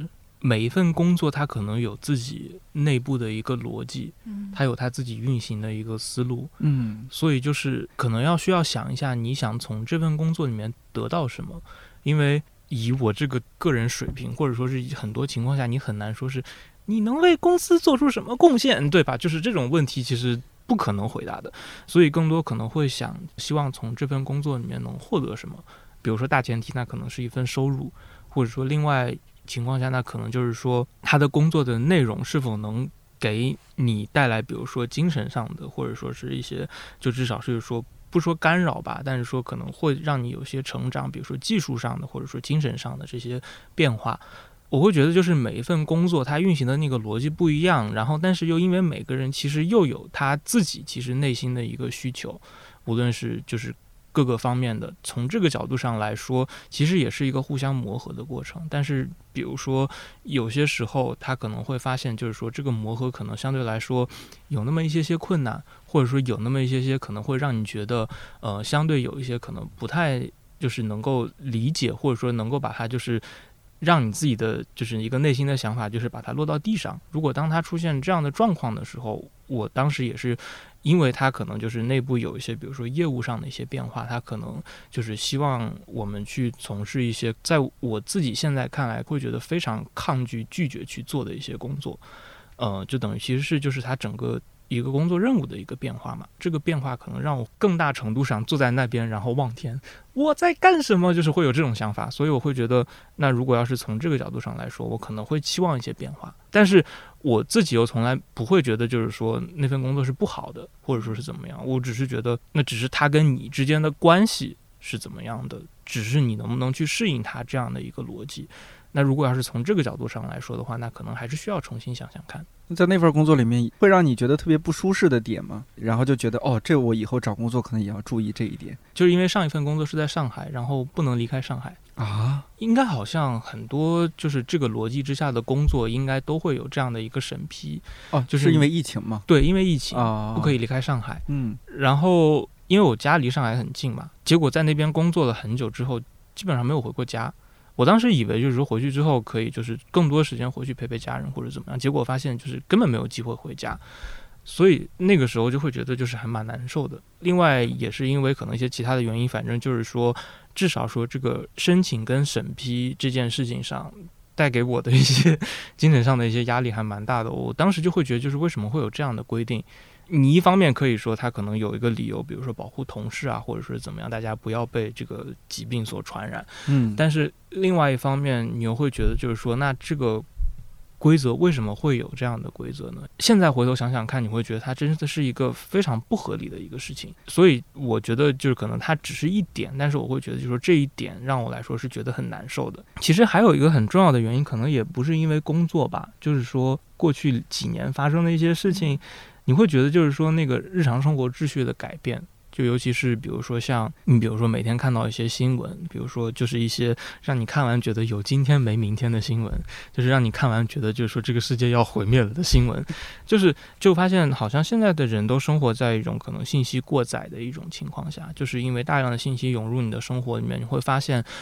每一份工作它可能有自己内部的一个逻辑，它有它自己运行的一个思路，所以就是可能需要想一下，你想从这份工作里面得到什么。因为以我这个个人水平，或者说是很多情况下，你很难说是你能为公司做出什么贡献，对吧？就是这种问题其实不可能回答的，所以更多可能会希望从这份工作里面能获得什么。比如说大前提那可能是一份收入，或者说另外情况下那可能就是说他的工作的内容是否能给你带来比如说精神上的，或者说是一些就至少是说不说干扰吧，但是说可能会让你有些成长，比如说技术上的或者说精神上的这些变化。我会觉得就是每一份工作它运行的那个逻辑不一样，然后但是又因为每个人其实又有他自己其实内心的一个需求，无论是就是各个方面的，从这个角度上来说其实也是一个互相磨合的过程。但是比如说有些时候他可能会发现，就是说这个磨合可能相对来说有那么一些困难，或者说有那么一些可能会让你觉得相对有一些可能不太就是能够理解，或者说能够把它就是让你自己的就是一个内心的想法就是把它落到地上。如果当它出现这样的状况的时候，我当时也是因为它可能就是内部有一些比如说业务上的一些变化，它可能就是希望我们去从事一些在我自己现在看来会觉得非常抗拒拒绝去做的一些工作，就等于其实是就是它整个一个工作任务的一个变化嘛。这个变化可能让我更大程度上坐在那边然后望天，我在干什么，就是会有这种想法。所以我会觉得那如果要是从这个角度上来说，我可能会期望一些变化，但是我自己又从来不会觉得就是说那份工作是不好的，或者说是怎么样。我只是觉得那只是它跟你之间的关系是怎么样的，只是你能不能去适应它这样的一个逻辑。那如果要是从这个角度上来说的话，那可能还是需要重新想想看。 在那份工作里面会让你觉得特别不舒适的点吗？然后就觉得这我以后找工作可能也要注意这一点。 就是因为上一份工作是在上海，然后不能离开上海啊。 应该好像很多就是这个逻辑之下的工作应该都会有这样的一个审批。 就是因为疫情吗？ 对，因为疫情不可以离开上海。然后因为我家离上海很近嘛，结果在那边工作了很久之后基本上没有回过家。我当时以为就是说回去之后可以就是更多时间回去陪陪家人或者怎么样，结果发现就是根本没有机会回家，所以那个时候就会觉得就是还蛮难受的。另外也是因为可能一些其他的原因，反正就是说至少说这个申请跟审批这件事情上带给我的一些精神上的一些压力还蛮大的。我当时就会觉得就是为什么会有这样的规定。你一方面可以说他可能有一个理由，比如说保护同事啊，或者说怎么样，大家不要被这个疾病所传染。但是另外一方面你又会觉得就是说那这个规则为什么会有这样的规则呢？现在回头想想看，你会觉得它真的是一个非常不合理的一个事情。所以我觉得就是可能它只是一点，但是我会觉得就是说这一点让我来说是觉得很难受的。其实还有一个很重要的原因，可能也不是因为工作吧，就是说过去几年发生的一些事情，你会觉得就是说那个日常生活秩序的改变，就尤其是比如说像你比如说每天看到一些新闻，比如说就是一些让你看完觉得有今天没明天的新闻，就是让你看完觉得就是说这个世界要毁灭了的新闻，就发现好像现在的人都生活在一种可能信息过载的一种情况下，就是因为大量的信息涌入你的生活里面，你会发现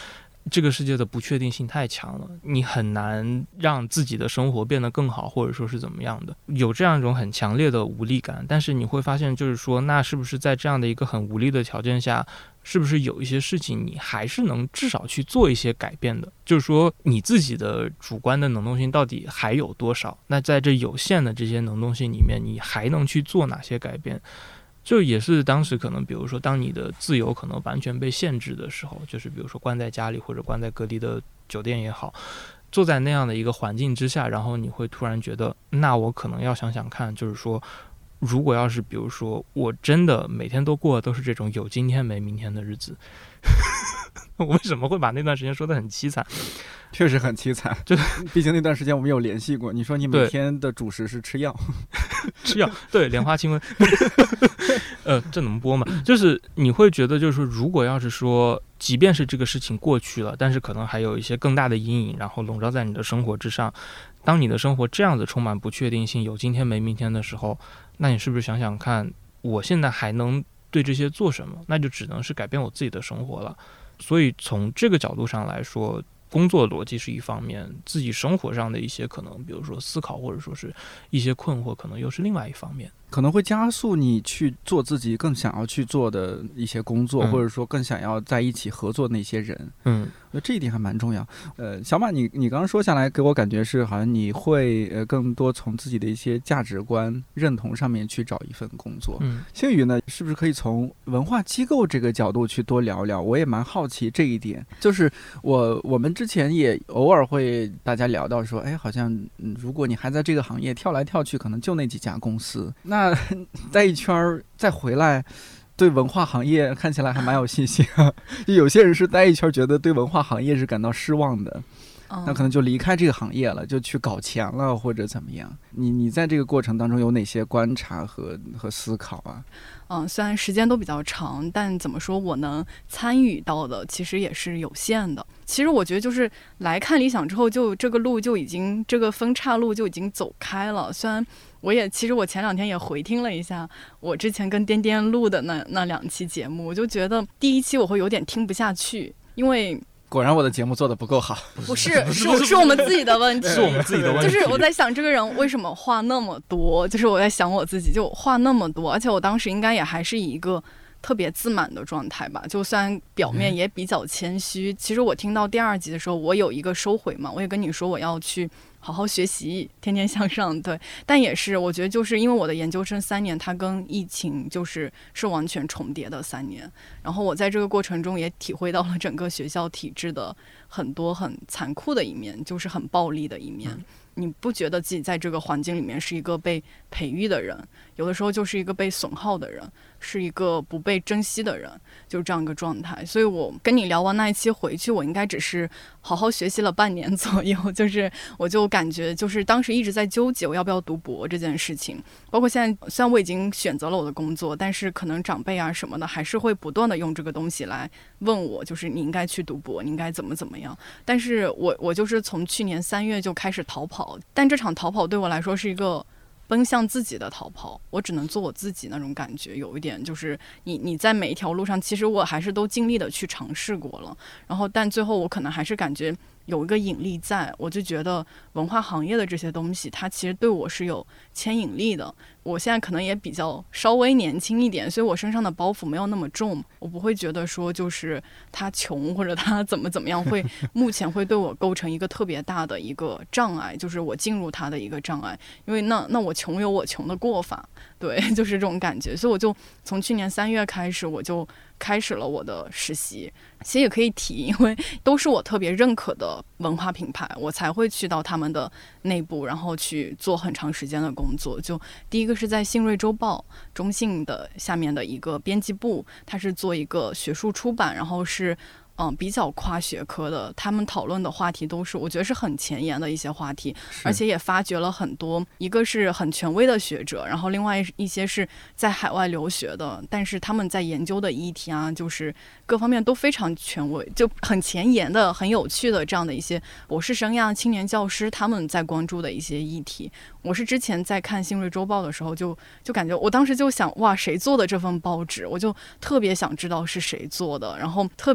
这个世界的不确定性太强了，你很难让自己的生活变得更好，或者说是怎么样的，有这样一种很强烈的无力感。但是你会发现，就是说，那是不是在这样的一个很无力的条件下，是不是有一些事情你还是能至少去做一些改变的？就是说，你自己的主观的能动性到底还有多少？那在这有限的这些能动性里面，你还能去做哪些改变？就也是当时可能比如说当你的自由可能完全被限制的时候，就是比如说关在家里或者关在隔离的酒店也好，坐在那样的一个环境之下，然后你会突然觉得，那我可能要想想看，就是说如果要是比如说我真的每天都过的都是这种有今天没明天的日子我为什么会把那段时间说得很凄惨？ 确实很凄惨，就毕竟那段时间我们有联系过。你说你每天的主食是吃药， 吃药，对，莲花清瘟，这能播吗？就是你会觉得，就是说，如果要是说，即便是这个事情过去了，但是可能还有一些更大的阴影，然后笼罩在你的生活之上。当你的生活这样子充满不确定性，有今天没明天的时候，那你是不是想想看，我现在还能对这些做什么？那就只能是改变我自己的生活了。所以从这个角度上来说，工作逻辑是一方面，自己生活上的一些可能，比如说思考或者说是一些困惑，可能又是另外一方面， 可能会加速你去做自己更想要去做的一些工作，或者说更想要在一起合作的那些人。我觉得这一点还蛮重要。小马，你刚刚说下来，给我感觉是好像你会更多从自己的一些价值观认同上面去找一份工作。星宇呢，是不是可以从文化机构这个角度去多聊聊？我也蛮好奇这一点。就是我们之前也偶尔会大家聊到说，哎，好像如果你还在这个行业跳来跳去，可能就那几家公司。那待一圈再回来，对文化行业看起来还蛮有信心啊。就有些人是待一圈觉得对文化行业是感到失望的，那可能就离开这个行业了，就去搞钱了或者怎么样。你在这个过程当中有哪些观察和思考啊？ 虽然时间都比较长，但怎么说我能参与到的其实也是有限的。其实我觉得就是来看理想之后，就这个路就已经这个分岔路就已经走开了。虽然其实我前2天也回听了一下我之前跟颠颠录的那2期节目，我就觉得第1期我会有点听不下去，因为果然我的节目做得不够好。 不是我们自己的问题， 是我们自己的问题。 就是我在想这个人为什么话那么多，就是我在想我自己就话那么多，而且我当时应该也还是以一个特别自满的状态吧，就虽然表面也比较谦虚。其实我听到第2集的时候，我有一个收回嘛，我也跟你说我要去好好学习，天天向上，对。但也是我觉得就是因为我的研究生3年，它跟疫情是完全重叠的3年，然后我在这个过程中也体会到了整个学校体制的很多很残酷的一面，就是很暴力的一面。你不觉得自己在这个环境里面是一个被培育的人，有的时候就是一个被损耗的人，是一个不被珍惜的人，就是这样一个状态。所以我跟你聊完那一期回去，我应该只是好好学习了半年左右，就是我就感觉就是当时一直在纠结我要不要读博这件事情。包括现在虽然我已经选择了我的工作，但是可能长辈啊什么的还是会不断的用这个东西来问我，就是你应该去读博，你应该怎么样。但是我就是从去年3月就开始逃跑，但这场逃跑对我来说是一个奔向自己的逃跑，我只能做我自己那种感觉。有一点就是你在每一条路上，其实我还是都尽力的去尝试过了，然后但最后我可能还是感觉有一个引力在，我就觉得文化行业的这些东西它其实对我是有牵引力的。我现在可能也比较稍微年轻一点，所以我身上的包袱没有那么重，我不会觉得说就是他穷或者他怎么样会目前会对我构成一个特别大的一个障碍，就是我进入他的一个障碍。因为那我穷有我穷的过法，对，就是这种感觉。所以我就从去年3月开始，我就开始了我的实习。其实也可以提，因为都是我特别认可的文化品牌，我才会去到他们的内部，然后去做很长时间的工作。就第一个是在信瑞周报，中信的下面的一个编辑部，它是做一个学术出版，然后是比较跨学科的，他们讨论的话题都是我觉得是很前沿的一些话题，而且也发掘了很多，一个是很权威的学者，然后另外一些是在海外留学的，但是他们在研究的议题啊，就是各方面都非常权威，就很前沿的很有趣的这样的一些博士生呀、青年教师他们在关注的一些议题。我是之前在看新锐周报的时候就感觉，我当时就想，哇，谁做的这份报纸，我就特别想知道是谁做的，然后特别想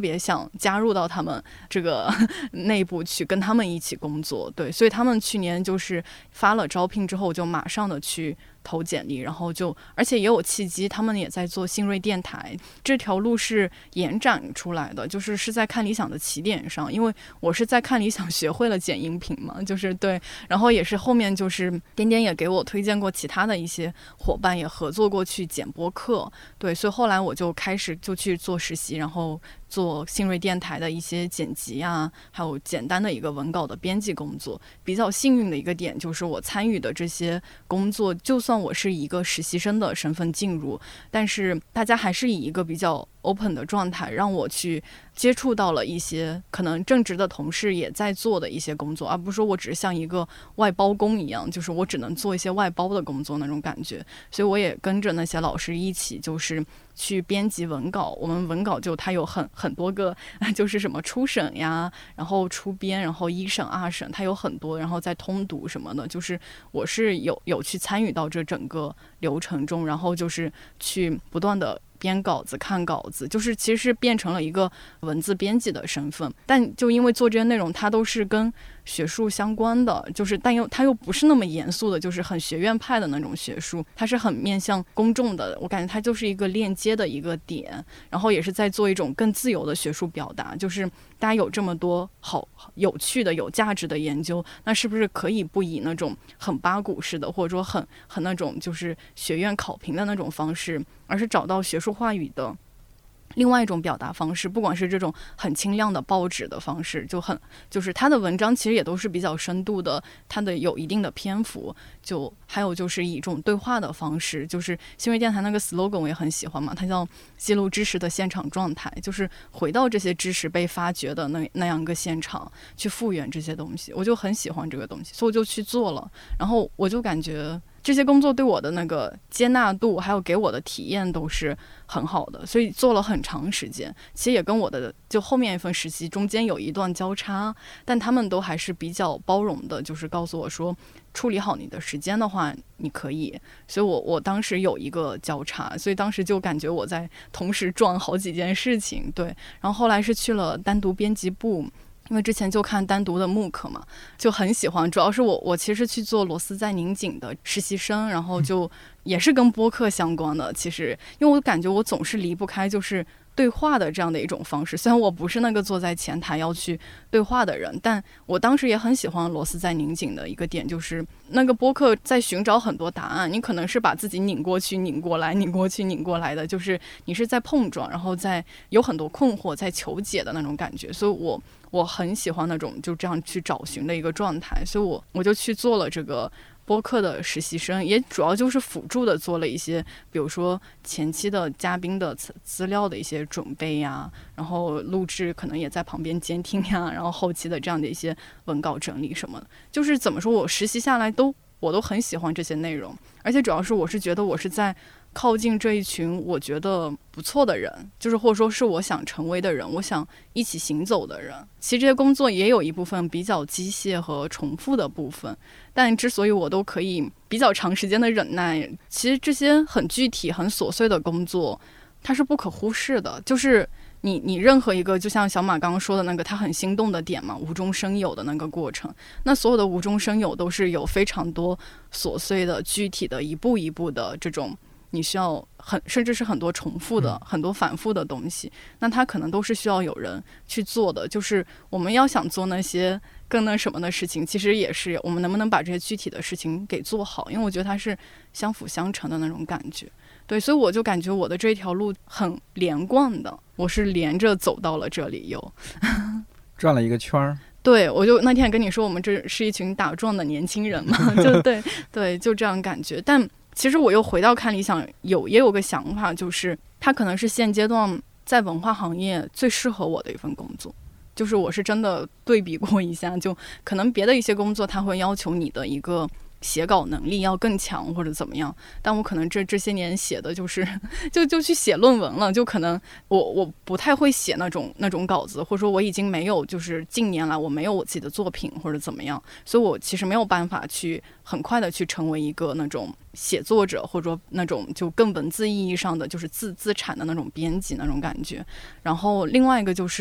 想加入到他们这个内部去跟他们一起工作。对，所以他们去年就是发了招聘之后就马上的去投简历，然后而且也有契机，他们也在做新锐电台，这条路是延展出来的，是在看理想的起点上，因为我是在看理想学会了剪音频嘛，对，然后也是后面点点也给我推荐过其他的一些伙伴，也合作过去剪播客，对，所以后来我就开始去做实习，然后做新锐电台的一些剪辑啊，还有简单的一个文稿的编辑工作。比较幸运的一个点就是我参与的这些工作，就算我是以一个实习生的身份进入，但是大家还是以一个比较 open 的状态让我去接触到了一些可能正职的同事也在做的一些工作，而不是说我只是像一个外包工一样，我只能做一些外包的工作那种感觉。所以我也跟着那些老师一起去编辑文稿，我们文稿它有很多个，什么初审呀，然后出编，然后一审二审，它有很多，然后再通读什么的，我是有去参与到这整个流程中，然后去不断的编稿子看稿子，其实是变成了一个文字编辑的身份，但就因为做这些内容它都是跟学术相关的，但它又不是那么严肃的，很学院派的那种学术，它是很面向公众的，我感觉它就是一个链接的一个点，然后也是在做一种更自由的学术表达，大家有这么多好有趣的有价值的研究，那是不是可以不以那种很八股式的，或者说很那种学院考评的那种方式，而是找到学术话语的另外一种表达方式，不管是这种很轻量的报纸的方式，他的文章其实也都是比较深度的，他的有一定的篇幅，还有以一种对话的方式，新锐电台那个 slogan 我也很喜欢嘛，它叫记录知识的现场状态，回到这些知识被发掘的那样一个现场去复原这些东西，我就很喜欢这个东西，所以我就去做了，然后我就感觉这些工作对我的那个接纳度还有给我的体验都是很好的，所以做了很长时间，其实也跟我的后面一份实习中间有一段交叉，但他们都还是比较包容的，告诉我说处理好你的时间的话你可以，所以我当时有一个交叉，所以当时就感觉我在同时撞好几件事情，对，然后后来是去了单独编辑部，因为之前就看单独的慕课嘛，就很喜欢，主要是我其实去做螺丝在拧紧的实习生，然后也是跟播客相关的，其实因为我感觉我总是离不开对话的这样的一种方式，虽然我不是那个坐在前台要去对话的人，但我当时也很喜欢螺丝在拧紧的一个点，那个播客在寻找很多答案，你可能是把自己拧过去拧过来拧过去拧过来的，你是在碰撞，然后在有很多困惑在求解的那种感觉，所以我很喜欢那种就这样去找寻的一个状态，所以我就去做了这个播客的实习生，也主要辅助的做了一些比如说前期的嘉宾的资料的一些准备呀，然后录制可能也在旁边监听呀，然后后期的这样的一些文稿整理什么的，怎么说，我实习下来我都很喜欢这些内容，而且主要是我是觉得我是在靠近这一群我觉得不错的人，或者说是我想成为的人，我想一起行走的人。其实这些工作也有一部分比较机械和重复的部分，但之所以我都可以比较长时间的忍耐，其实这些很具体很琐碎的工作它是不可忽视的，你任何一个，就像小马刚刚说的那个他很心动的点嘛，无中生有的那个过程，那所有的无中生有都是有非常多琐碎的具体的一步一步的这种你需要甚至是很多重复的很多反复的东西，那它可能都是需要有人去做的，我们要想做那些更那什么的事情，其实也是我们能不能把这些具体的事情给做好，因为我觉得它是相辅相成的那种感觉，对，所以我就感觉我的这条路很连贯的，我是连着走到了这里又转了一个圈儿。 对，我就那天跟你说我们这是一群打撞的年轻人嘛，对，就这样感觉。但其实我又回到看理想也有个想法，它可能是现阶段在文化行业最适合我的一份工作，我是真的对比过一下，就可能别的一些工作它会要求你的一个写稿能力要更强或者怎么样，但我可能这些年写的就去写论文了，就可能我不太会写那种稿子，或者说我已经没有近年来我没有我自己的作品或者怎么样，所以我其实没有办法去很快的去成为一个那种写作者，或者说那种就更文字意义上的自产的那种编辑那种感觉。然后另外一个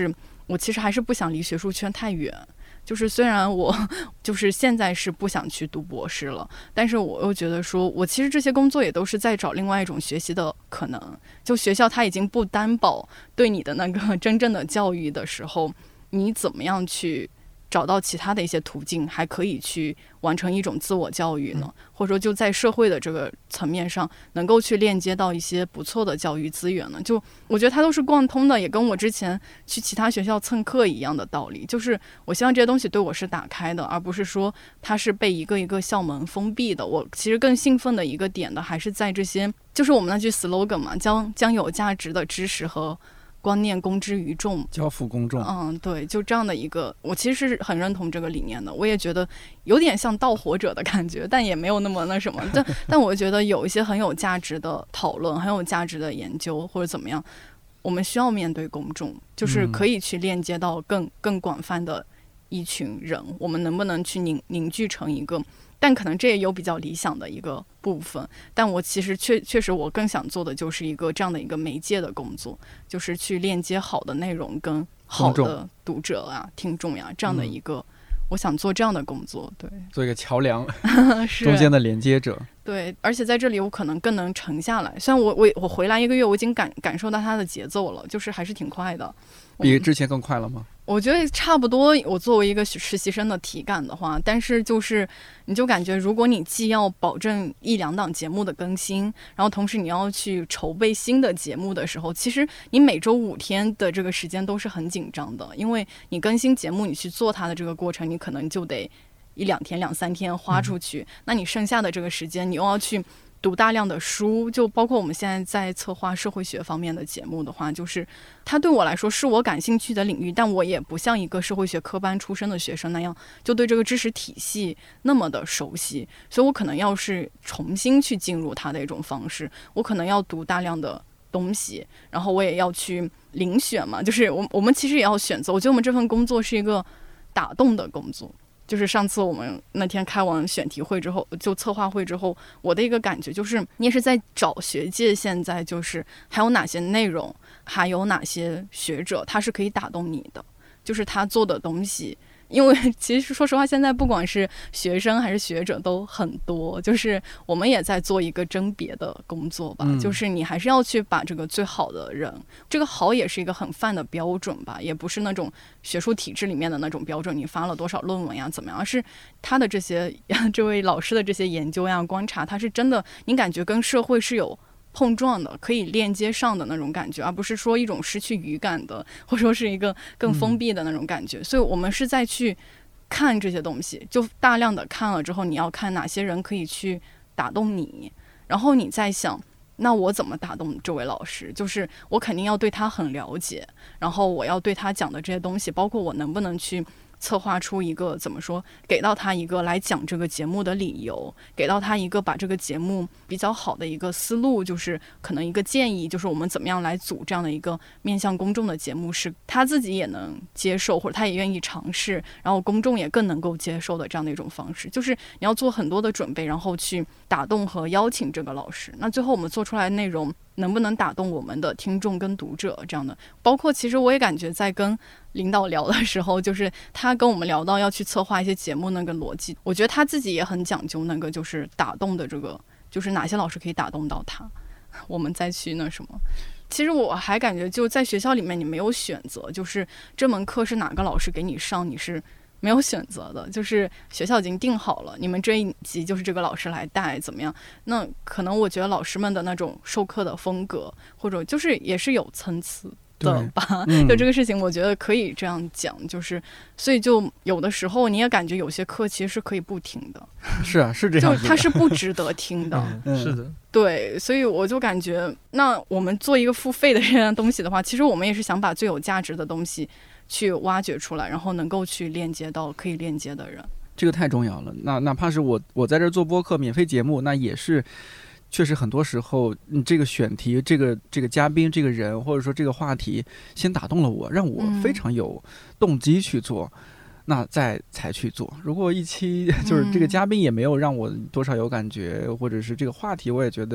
我其实还是不想离学术圈太远。就是虽然我就是现在是不想去读博士了，但是我又觉得说，我其实这些工作也都是在找另外一种学习的可能。就学校它已经不担保对你的那个真正的教育的时候，你怎么样去找到其他的一些途径，还可以去完成一种自我教育呢？或者说就在社会的这个层面上，能够去链接到一些不错的教育资源呢？就我觉得它都是贯通的，也跟我之前去其他学校蹭课一样的道理。就是我希望这些东西对我是打开的，而不是说它是被一个一个校门封闭的。我其实更兴奋的一个点的还是在这些，就是我们那句 slogan 嘛，将有价值的知识和观念公之于众， 交付公众。 对，就这样的一个，我其实是很认同这个理念的。我也觉得有点像盗火者的感觉，但也没有那么那什么。但我觉得有一些很有价值的讨论，很有价值的研究或者怎么样，我们需要面对公众，就是可以去链接到更广泛的一群人。我们能不能去凝聚成一个？但可能这也有比较理想的一个部分，但我其实确实我更想做的就是一个这样的一个媒介的工作，就是去链接好的内容跟好的读者啊、听众呀，这样的一个，我想做这样的工作，对， 做一个桥梁，中间的连接者。 对，而且在这里我可能更能沉下来。虽然我回来1个月，我已经感受到它的节奏了，就是还是挺快的。 比之前更快了吗？ 我觉得差不多。我作为一个实习生的体感的话，但是就是你就感觉，如果你既要保证1、2档节目的更新，然后同时你要去筹备新的节目的时候，其实你每周5天的这个时间都是很紧张的，因为你更新节目，你去做它的这个过程，你可能就得1、2天、2、3天花出去，那你剩下的这个时间，你又要去读大量的书，就包括我们现在在策划社会学方面的节目的话，就是它对我来说是我感兴趣的领域，但我也不像一个社会学科班出身的学生那样就对这个知识体系那么的熟悉，所以我可能要是重新去进入它的一种方式，我可能要读大量的东西，然后我也要去遴选嘛，就是我们其实也要选择。我觉得我们这份工作是一个打动的工作。就是上次我们那天开完选题会之后，就策划会之后，我的一个感觉就是，你也是在找学界现在就是还有哪些内容，还有哪些学者他是可以打动你的，就是他做的东西。因为其实说实话，现在不管是学生还是学者都很多，就是我们也在做一个甄别的工作吧，就是你还是要去把这个最好的人，这个好也是一个很泛的标准吧，也不是那种学术体制里面的那种标准，你发了多少论文呀怎么样，而是他的这位老师的这些研究呀观察，他是真的你感觉跟社会是有碰撞的，可以链接上的那种感觉，而不是说一种失去语感的，或者说是一个更封闭的那种感觉。所以我们是在去看这些东西，就大量的看了之后，你要看哪些人可以去打动你，然后你再想，那我怎么打动这位老师？就是我肯定要对他很了解，然后我要对他讲的这些东西，包括我能不能去策划出一个怎么说，给到他一个来讲这个节目的理由，给到他一个把这个节目比较好的一个思路，就是可能一个建议，就是我们怎么样来组这样的一个面向公众的节目，是他自己也能接受，或者他也愿意尝试，然后公众也更能够接受的这样的一种方式。就是你要做很多的准备，然后去打动和邀请这个老师，那最后我们做出来的内容能不能打动我们的听众跟读者这样的。包括其实我也感觉在跟领导聊的时候，就是他跟我们聊到要去策划一些节目那个逻辑，我觉得他自己也很讲究那个就是打动的这个，就是哪些老师可以打动到他，我们再去那什么。其实我还感觉就在学校里面你没有选择，就是这门课是哪个老师给你上，你是没有选择的，就是学校已经定好了，你们这一集就是这个老师来带怎么样。那可能我觉得老师们的那种授课的风格或者就是也是有参差的吧，就这个事情我觉得可以这样讲，就是所以就有的时候你也感觉有些课其实是可以不听的。 是啊，是这样子的， 就它是不值得听的是的， 对，所以我就感觉那我们做一个付费的这样东西的话，其实我们也是想把最有价值的东西去挖掘出来，然后能够去链接到可以链接的人， 这个太重要了。那哪怕是我在这做播客免费节目，那也是确实很多时候这个选题这个嘉宾这个人或者说这个话题先打动了我，让我非常有动机去做，那再才去做。如果一期就是这个嘉宾也没有让我多少有感觉，或者是这个话题我也觉得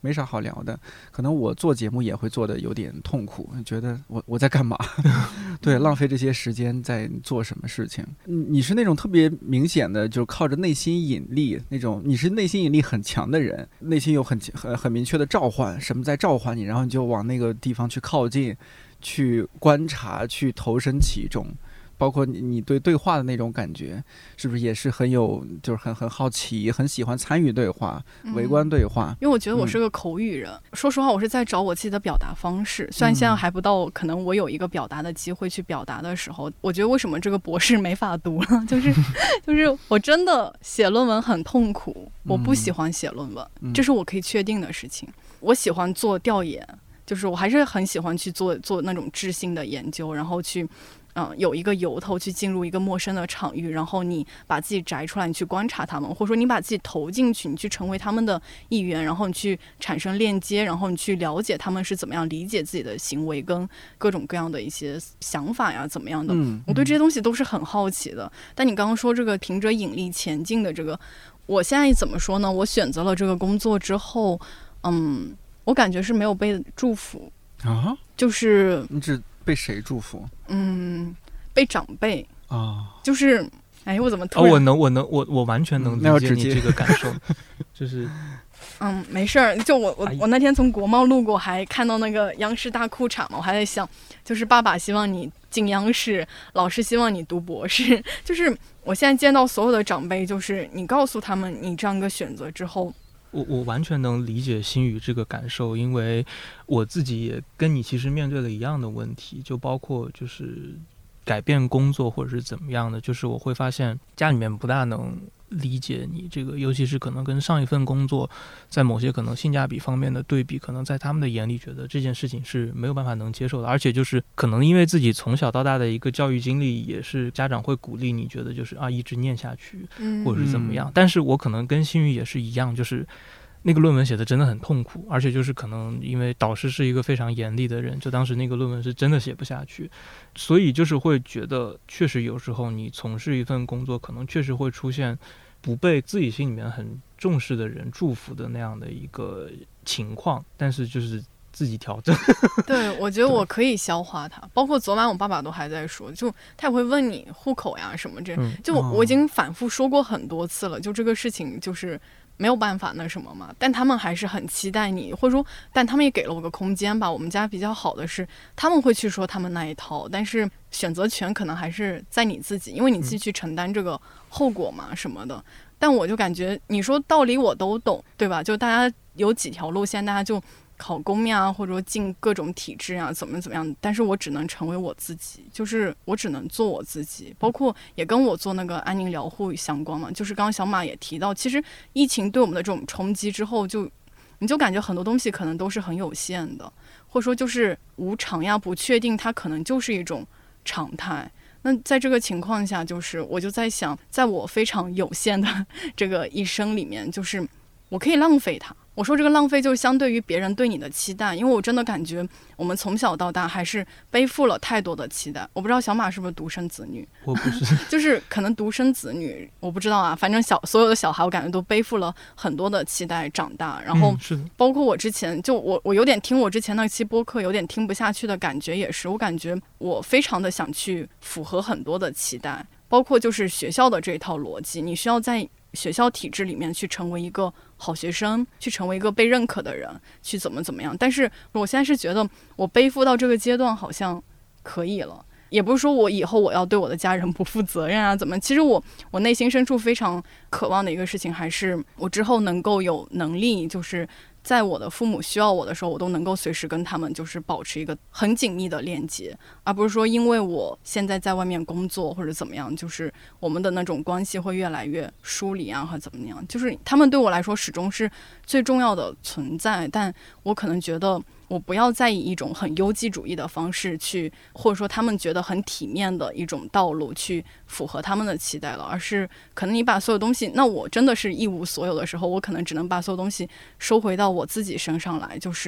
没啥好聊的。可能我做节目也会做的有点痛苦，觉得我在干嘛？对，浪费这些时间在做什么事情？你是那种特别明显的，就是靠着内心引力那种，你是内心引力很强的人，内心有很明确的召唤，什么在召唤你，然后你就往那个地方去靠近，去观察，去投身其中。包括你对话的那种感觉，是不是也是很有，就是很好奇，很喜欢参与对话、围观对话？ 因为我觉得我是个口语人，说实话，我是在找我自己的表达方式。虽然现在还不到，可能我有一个表达的机会去表达的时候，我觉得为什么这个博士没法读了，就是我真的写论文很痛苦，我不喜欢写论文，这是我可以确定的事情。我喜欢做调研，就是我还是很喜欢去做那种质性的研究，然后去。有一个由头去进入一个陌生的场域，然后你把自己摘出来，你去观察他们，或者说你把自己投进去，你去成为他们的一员，然后你去产生链接，然后你去了解他们是怎么样理解自己的行为跟各种各样的一些想法呀，怎么样的。我对这些东西都是很好奇的。但你刚刚说这个凭着引力前进的这个，我现在怎么说呢？我选择了这个工作之后，我感觉是没有被祝福啊， 就是你只被谁祝福？ 被长辈啊， 就是我怎么突然？ 我完全能理解你这个感受，就是没事儿，就我那天从国贸路过，还看到那个央视大裤衩嘛，我还在想，就是爸爸希望你进央视，老师希望你读博士，就是我现在见到所有的长辈，就是你告诉他们你这样一个选择之后。 我完全能理解心宇这个感受，因为我自己也跟你其实面对了一样的问题，就包括就是改变工作或者是怎么样的，就是我会发现家里面不大能理解你这个，尤其是可能跟上一份工作在某些可能性价比方面的对比，可能在他们的眼里觉得这件事情是没有办法能接受的，而且就是可能因为自己从小到大的一个教育经历，也是家长会鼓励你觉得就是一直念下去或者是怎么样，但是我可能跟心宇也是一样，就是那个论文写的真的很痛苦，而且就是可能因为导师是一个非常严厉的人，就当时那个论文是真的写不下去，所以就是会觉得确实有时候你从事一份工作，可能确实会出现不被自己心里面很重视的人祝福的那样的一个情况，但是就是自己调整。 对，我觉得我可以消化它。包括昨晚我爸爸都还在说，就他也会问你户口呀什么这，就我已经反复说过很多次了，就这个事情就是没有办法那什么嘛，但他们还是很期待你，或者说，但他们也给了我个空间吧。我们家比较好的是，他们会去说他们那一套，但是选择权可能还是在你自己，因为你自己去承担这个后果嘛什么的。但我就感觉，你说道理我都懂，对吧？就大家有几条路线，大家就考公呀，或者说进各种体制啊，怎么样，但是我只能成为我自己，就是我只能做我自己，包括也跟我做那个安宁疗护相关嘛。就是刚刚小马也提到，其实疫情对我们的这种冲击之后，你就感觉很多东西可能都是很有限的，或者说就是无常呀、不确定，它可能就是一种常态。那在这个情况下，就是我就在想，在我非常有限的这个一生里面，就是我可以浪费它。我说这个浪费就是相对于别人对你的期待，因为我真的感觉我们从小到大还是背负了太多的期待。我不知道小马是不是独生子女？ 我不是， 就是可能独生子女，我不知道啊。反正所有的小孩，我感觉都背负了很多的期待长大。然后包括我之前就我有点听我之前那期播客有点听不下去的感觉，也是我感觉我非常的想去符合很多的期待，包括就是学校的这一套逻辑，你需要在学校体制里面去成为一个好学生，去成为一个被认可的人，去怎么样。但是我现在是觉得我背负到这个阶段好像可以了，也不是说我以后我要对我的家人不负责任啊，怎么？其实我内心深处非常渴望的一个事情，还是我之后能够有能力，就是在我的父母需要我的时候，我都能够随时跟他们就是保持一个很紧密的链接，而不是说因为我现在在外面工作或者怎么样，就是我们的那种关系会越来越疏离啊，或者怎么样。就是他们对我来说始终是最重要的存在，但我可能觉得我不要再以一种很优绩主义的方式去，或者说他们觉得很体面的一种道路去符合他们的期待了，而是可能你把所有东西，那我真的是一无所有的时候，我可能只能把所有东西收回到我自己身上来，就是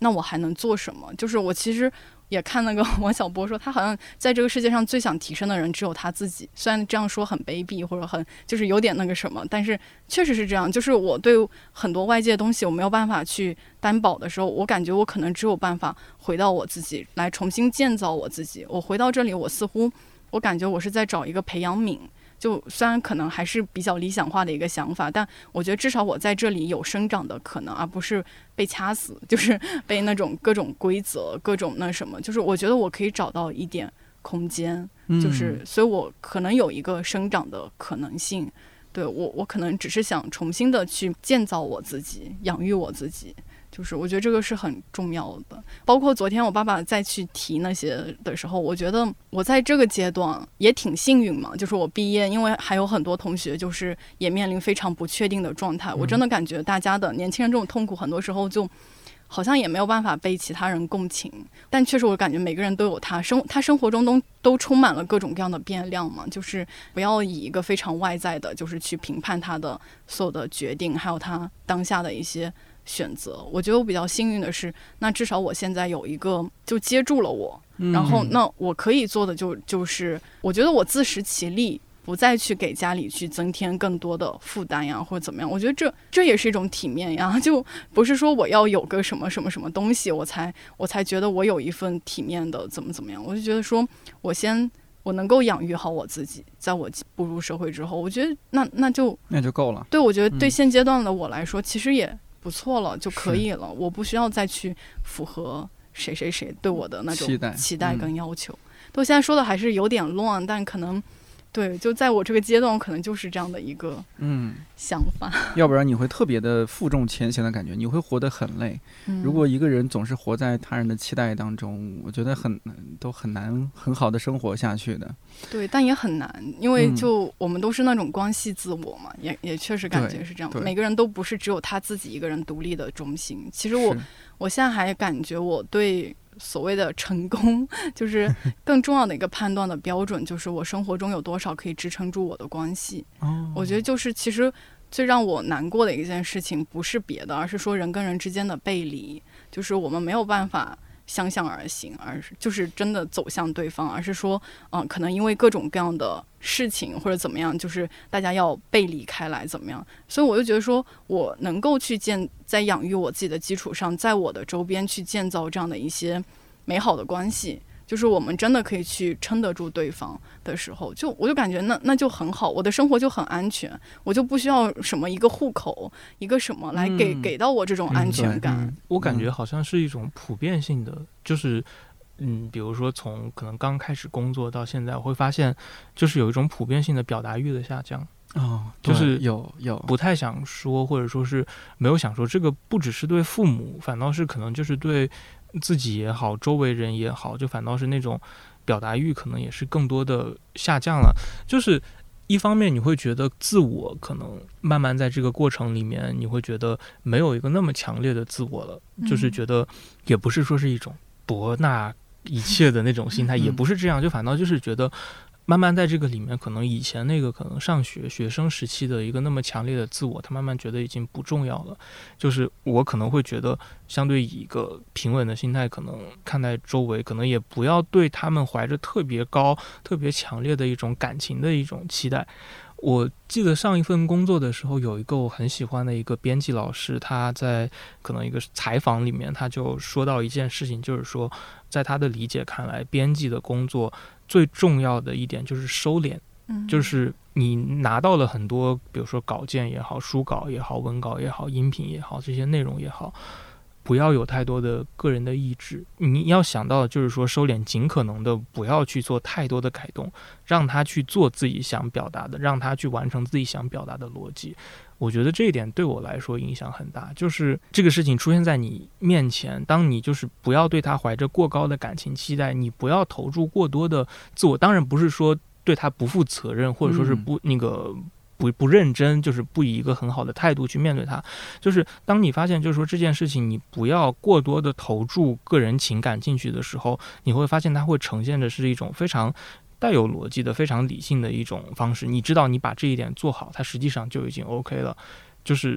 那我还能做什么？就是我其实也看那个王小波说，他好像在这个世界上最想提升的人只有他自己。虽然这样说很卑鄙，或者很就是有点那个什么，但是确实是这样。就是我对很多外界的东西我没有办法去担保的时候，我感觉我可能只有办法回到我自己，来重新建造我自己。我回到这里，我感觉我是在找一个培养皿。就虽然可能还是比较理想化的一个想法，但我觉得至少我在这里有生长的可能，而不是被掐死，就是被那种各种规则、各种那什么。就是我觉得我可以找到一点空间，就是所以我可能有一个生长的可能性。对，我可能只是想重新的去建造我自己，养育我自己。就是我觉得这个是很重要的。包括昨天我爸爸再去提那些的时候，我觉得我在这个阶段也挺幸运嘛，就是我毕业，因为还有很多同学就是也面临非常不确定的状态。我真的感觉大家的年轻人这种痛苦很多时候就好像也没有办法被其他人共情，但确实我感觉每个人都有他生活中都充满了各种各样的变量嘛，就是不要以一个非常外在的就是去评判他的所有的决定，还有他当下的一些选择。我觉得我比较幸运的是，那至少我现在有一个就接住了我，然后那我可以做的就是我觉得我自食其力，不再去给家里去增添更多的负担呀，或者怎么样。我觉得这也是一种体面呀，就不是说我要有个什么什么什么东西我才觉得我有一份体面的怎么样。我就觉得说我能够养育好我自己，在我步入社会之后，我觉得那就够了。 对，我觉得对现阶段的我来说，其实也不错了，就可以了。我不需要再去符合谁对我的那种期待跟要求。我现在说的还是有点乱，但可能对，就在我这个阶段，我可能就是这样的一个想法。 要不然你会特别的负重前行的感觉，你会活得很累。如果一个人总是活在他人的期待当中，我觉得都很难很好的生活下去的。 对，但也很难，因为就我们都是那种关系自我嘛，也确实感觉是这样。每个人都不是只有他自己一个人独立的中心。其实我现在还感觉我对所谓的成功，就是更重要的一个判断的标准，就是我生活中有多少可以支撑住我的关系。我觉得就是其实最让我难过的一件事情不是别的，而是说人跟人之间的背离，就是我们没有办法相向而行，而是就是真的走向对方，而是说可能因为各种各样的事情或者怎么样，就是大家要背离开来怎么样。所以我就觉得说我能够去在养育我自己的基础上，在我的周边去建造这样的一些美好的关系，就是我们真的可以去撑得住对方的时候，我就感觉那就很好，我的生活就很安全，我就不需要什么一个户口一个什么来给到我这种安全感。 我感觉好像是一种普遍性的，就是比如说从可能刚开始工作到现在，我会发现就是有一种普遍性的表达欲的下降。就是有不太想说，或者说是没有想说。这个不只是对父母，反倒是可能就是对自己也好，周围人也好，就反倒是那种表达欲可能也是更多的下降了。就是一方面你会觉得自我可能慢慢在这个过程里面，你会觉得没有一个那么强烈的自我了，就是觉得也不是说是一种博纳一切的那种心态，也不是这样，就反倒就是觉得慢慢在这个里面，可能以前那个可能上学生时期的一个那么强烈的自我，他慢慢觉得已经不重要了。就是我可能会觉得相对以一个平稳的心态可能看待周围，可能也不要对他们怀着特别高特别强烈的一种感情的一种期待。我记得上一份工作的时候，有一个我很喜欢的一个编辑老师，他在可能一个采访里面，他就说到一件事情，就是说在他的理解看来，编辑的工作最重要的一点就是收敛，就是你拿到了很多，比如说稿件也好，书稿也好，文稿也好，音频也好，这些内容也好，不要有太多的个人的意志。你要想到就是说收敛，尽可能的不要去做太多的改动，让他去做自己想表达的，让他去完成自己想表达的逻辑。我觉得这一点对我来说影响很大，就是这个事情出现在你面前，当你就是不要对他怀着过高的感情期待，你不要投注过多的自我，当然不是说对他不负责任，或者说是不认真，就是不以一个很好的态度去面对它。就是当你发现就是说这件事情你不要过多的投注个人情感进去的时候，你会发现它会呈现的是一种非常带有逻辑的非常理性的一种方式。你知道你把这一点做好，它实际上就已经 OK 了。就是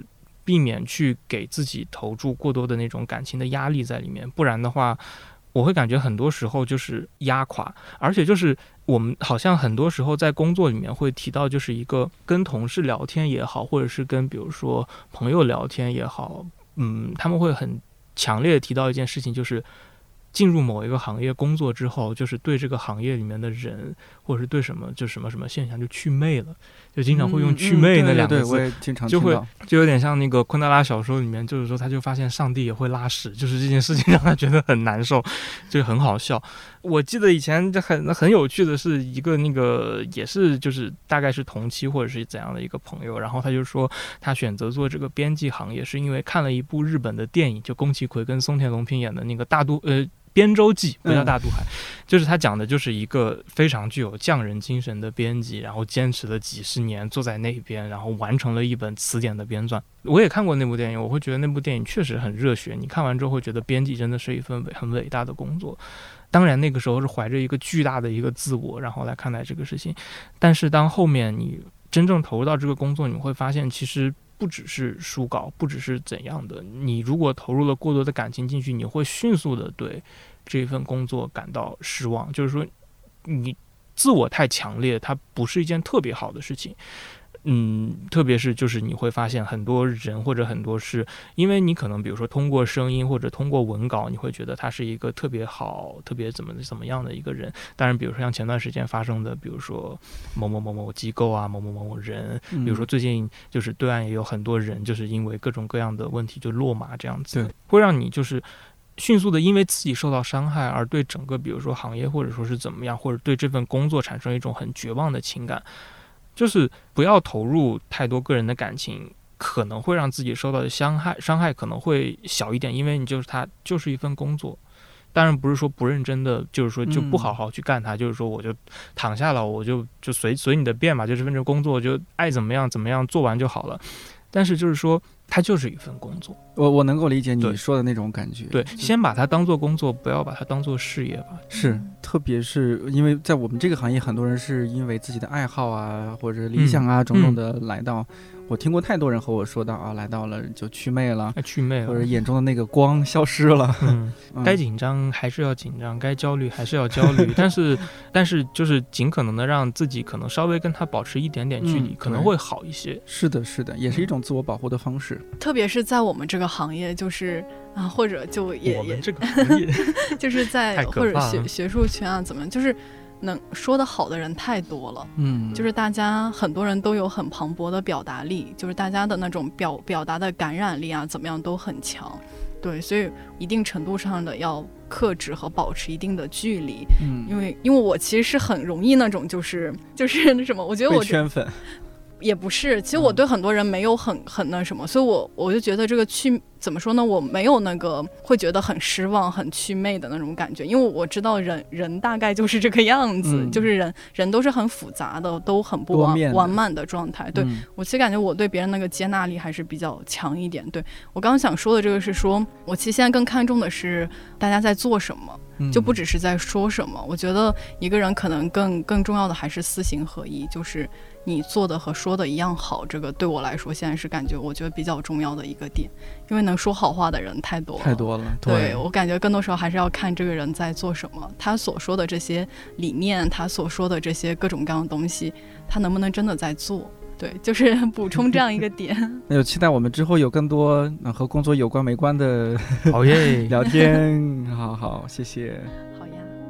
避免去给自己投注过多的那种感情的压力在里面，不然的话我会感觉很多时候就是压垮。而且就是我们好像很多时候在工作里面会提到，就是一个跟同事聊天也好，或者是跟比如说朋友聊天也好，他们会很强烈的提到一件事情，就是进入某一个行业工作之后，就是对这个行业里面的人，或者是对什么就什么什么现象就祛魅了，就经常会用祛魅那两个字， 对，我也经常听到， 就有点像那个昆德拉小说里面，就是说他就发现上帝也会拉屎，就是这件事情让他觉得很难受，就很好笑。我记得以前就很有趣的是一个那个也是就是大概是同期或者是怎样的一个朋友，然后他就说他选择做这个编辑行业是因为看了一部日本的电影，就宫崎葵跟松田龙平演的那个编舟记，不叫大渡海，就是他讲的就是一个非常具有匠人精神的编辑，然后坚持了几十年坐在那边，然后完成了一本词典的编撰。我也看过那部电影，我会觉得那部电影确实很热血，你看完之后会觉得编辑真的是一份很伟大的工作。当然那个时候是怀着一个巨大的一个自我然后来看待这个事情，但是当后面你真正投入到这个工作，你会发现其实不只是书稿，不只是怎样的，你如果投入了过多的感情进去，你会迅速的对这份工作感到失望，就是说你自我太强烈，它不是一件特别好的事情。特别是就是你会发现很多人或者很多事，因为你可能比如说通过声音或者通过文稿，你会觉得他是一个特别好特别怎么样的一个人。当然比如说像前段时间发生的，比如说某某机构啊，某某人，比如说最近就是对岸也有很多人就是因为各种各样的问题就落马这样子，会让你就是迅速的因为自己受到伤害而对整个比如说行业或者说是怎么样，或者对这份工作产生一种很绝望的情感。就是不要投入太多个人的感情，可能会让自己受到的伤害可能会小一点，因为它就是一份工作。当然不是说不认真的，就是说就不好好去干它，就是说我就躺下了，我就随你的便吧，就这份工作就爱怎么样做完就好了。但是就是说它就是一份工作， 我能够理解你说的那种感觉。 对，先把它当做工作，不要把它当做事业吧。 是，特别是因为在我们这个行业，很多人是因为自己的爱好啊，或者理想啊，种种的来到。我听过太多人和我说到啊，来到了就祛魅了，或者眼中的那个光消失了。该紧张还是要紧张，该焦虑还是要焦虑，但是就是尽可能的让自己可能稍微跟他保持一点点距离，可能会好一些。 是的，也是一种自我保护的方式。 特别是在我们这个行业，就是啊，或者就也我们这个行业就是在或者学术圈啊，怎么就是。能说的好的人太多了，就是大家很多人都有很磅礴的表达力，就是大家的那种表达的感染力啊，怎么样都很强，对，所以一定程度上的要克制和保持一定的距离，因为我其实是很容易那种就是那什么，我觉得我被圈粉。 也不是，其实我对很多人没有很那什么，所以我就觉得这个怎么说呢，我没有那个会觉得很失望很祛魅的那种感觉，因为我知道人大概就是这个样子，就是人都是很复杂的，都很不完满的状态。对，我其实感觉我对别人那个接纳力还是比较强一点。对，我刚刚想说的这个是说，我其实现在更看重的是大家在做什么，就不只是在说什么。我觉得一个人可能更重要的还是思行合一，就是你做的和说的一样好，这个对我来说现在是感觉我觉得比较重要的一个点，因为能说好话的人太多了。对，我感觉更多时候还是要看这个人在做什么，他所说的这些理念，他所说的这些各种各样的东西，他能不能真的在做。对，就是补充这样一个点。 那就期待我们之后有更多和工作有关没关的好耶聊天。好，谢谢。 好呀。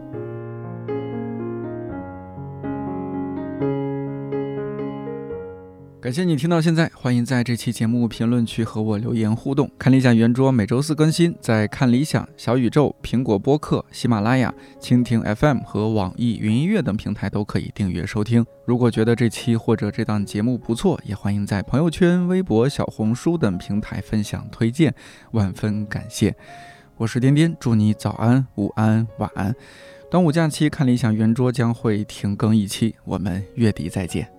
感谢你听到现在，欢迎在这期节目评论区和我留言互动。看理想圆桌每周4更新，在看理想、小宇宙、苹果播客、喜马拉雅、蜻蜓 FM 和网易云音乐等平台都可以订阅收听。如果觉得这期或者这档节目不错，也欢迎在朋友圈、微博、小红书等平台分享推荐，万分感谢。我是颠颠，祝你早安、午安、晚安。端午假期看理想圆桌将会停更1期，我们月底再见。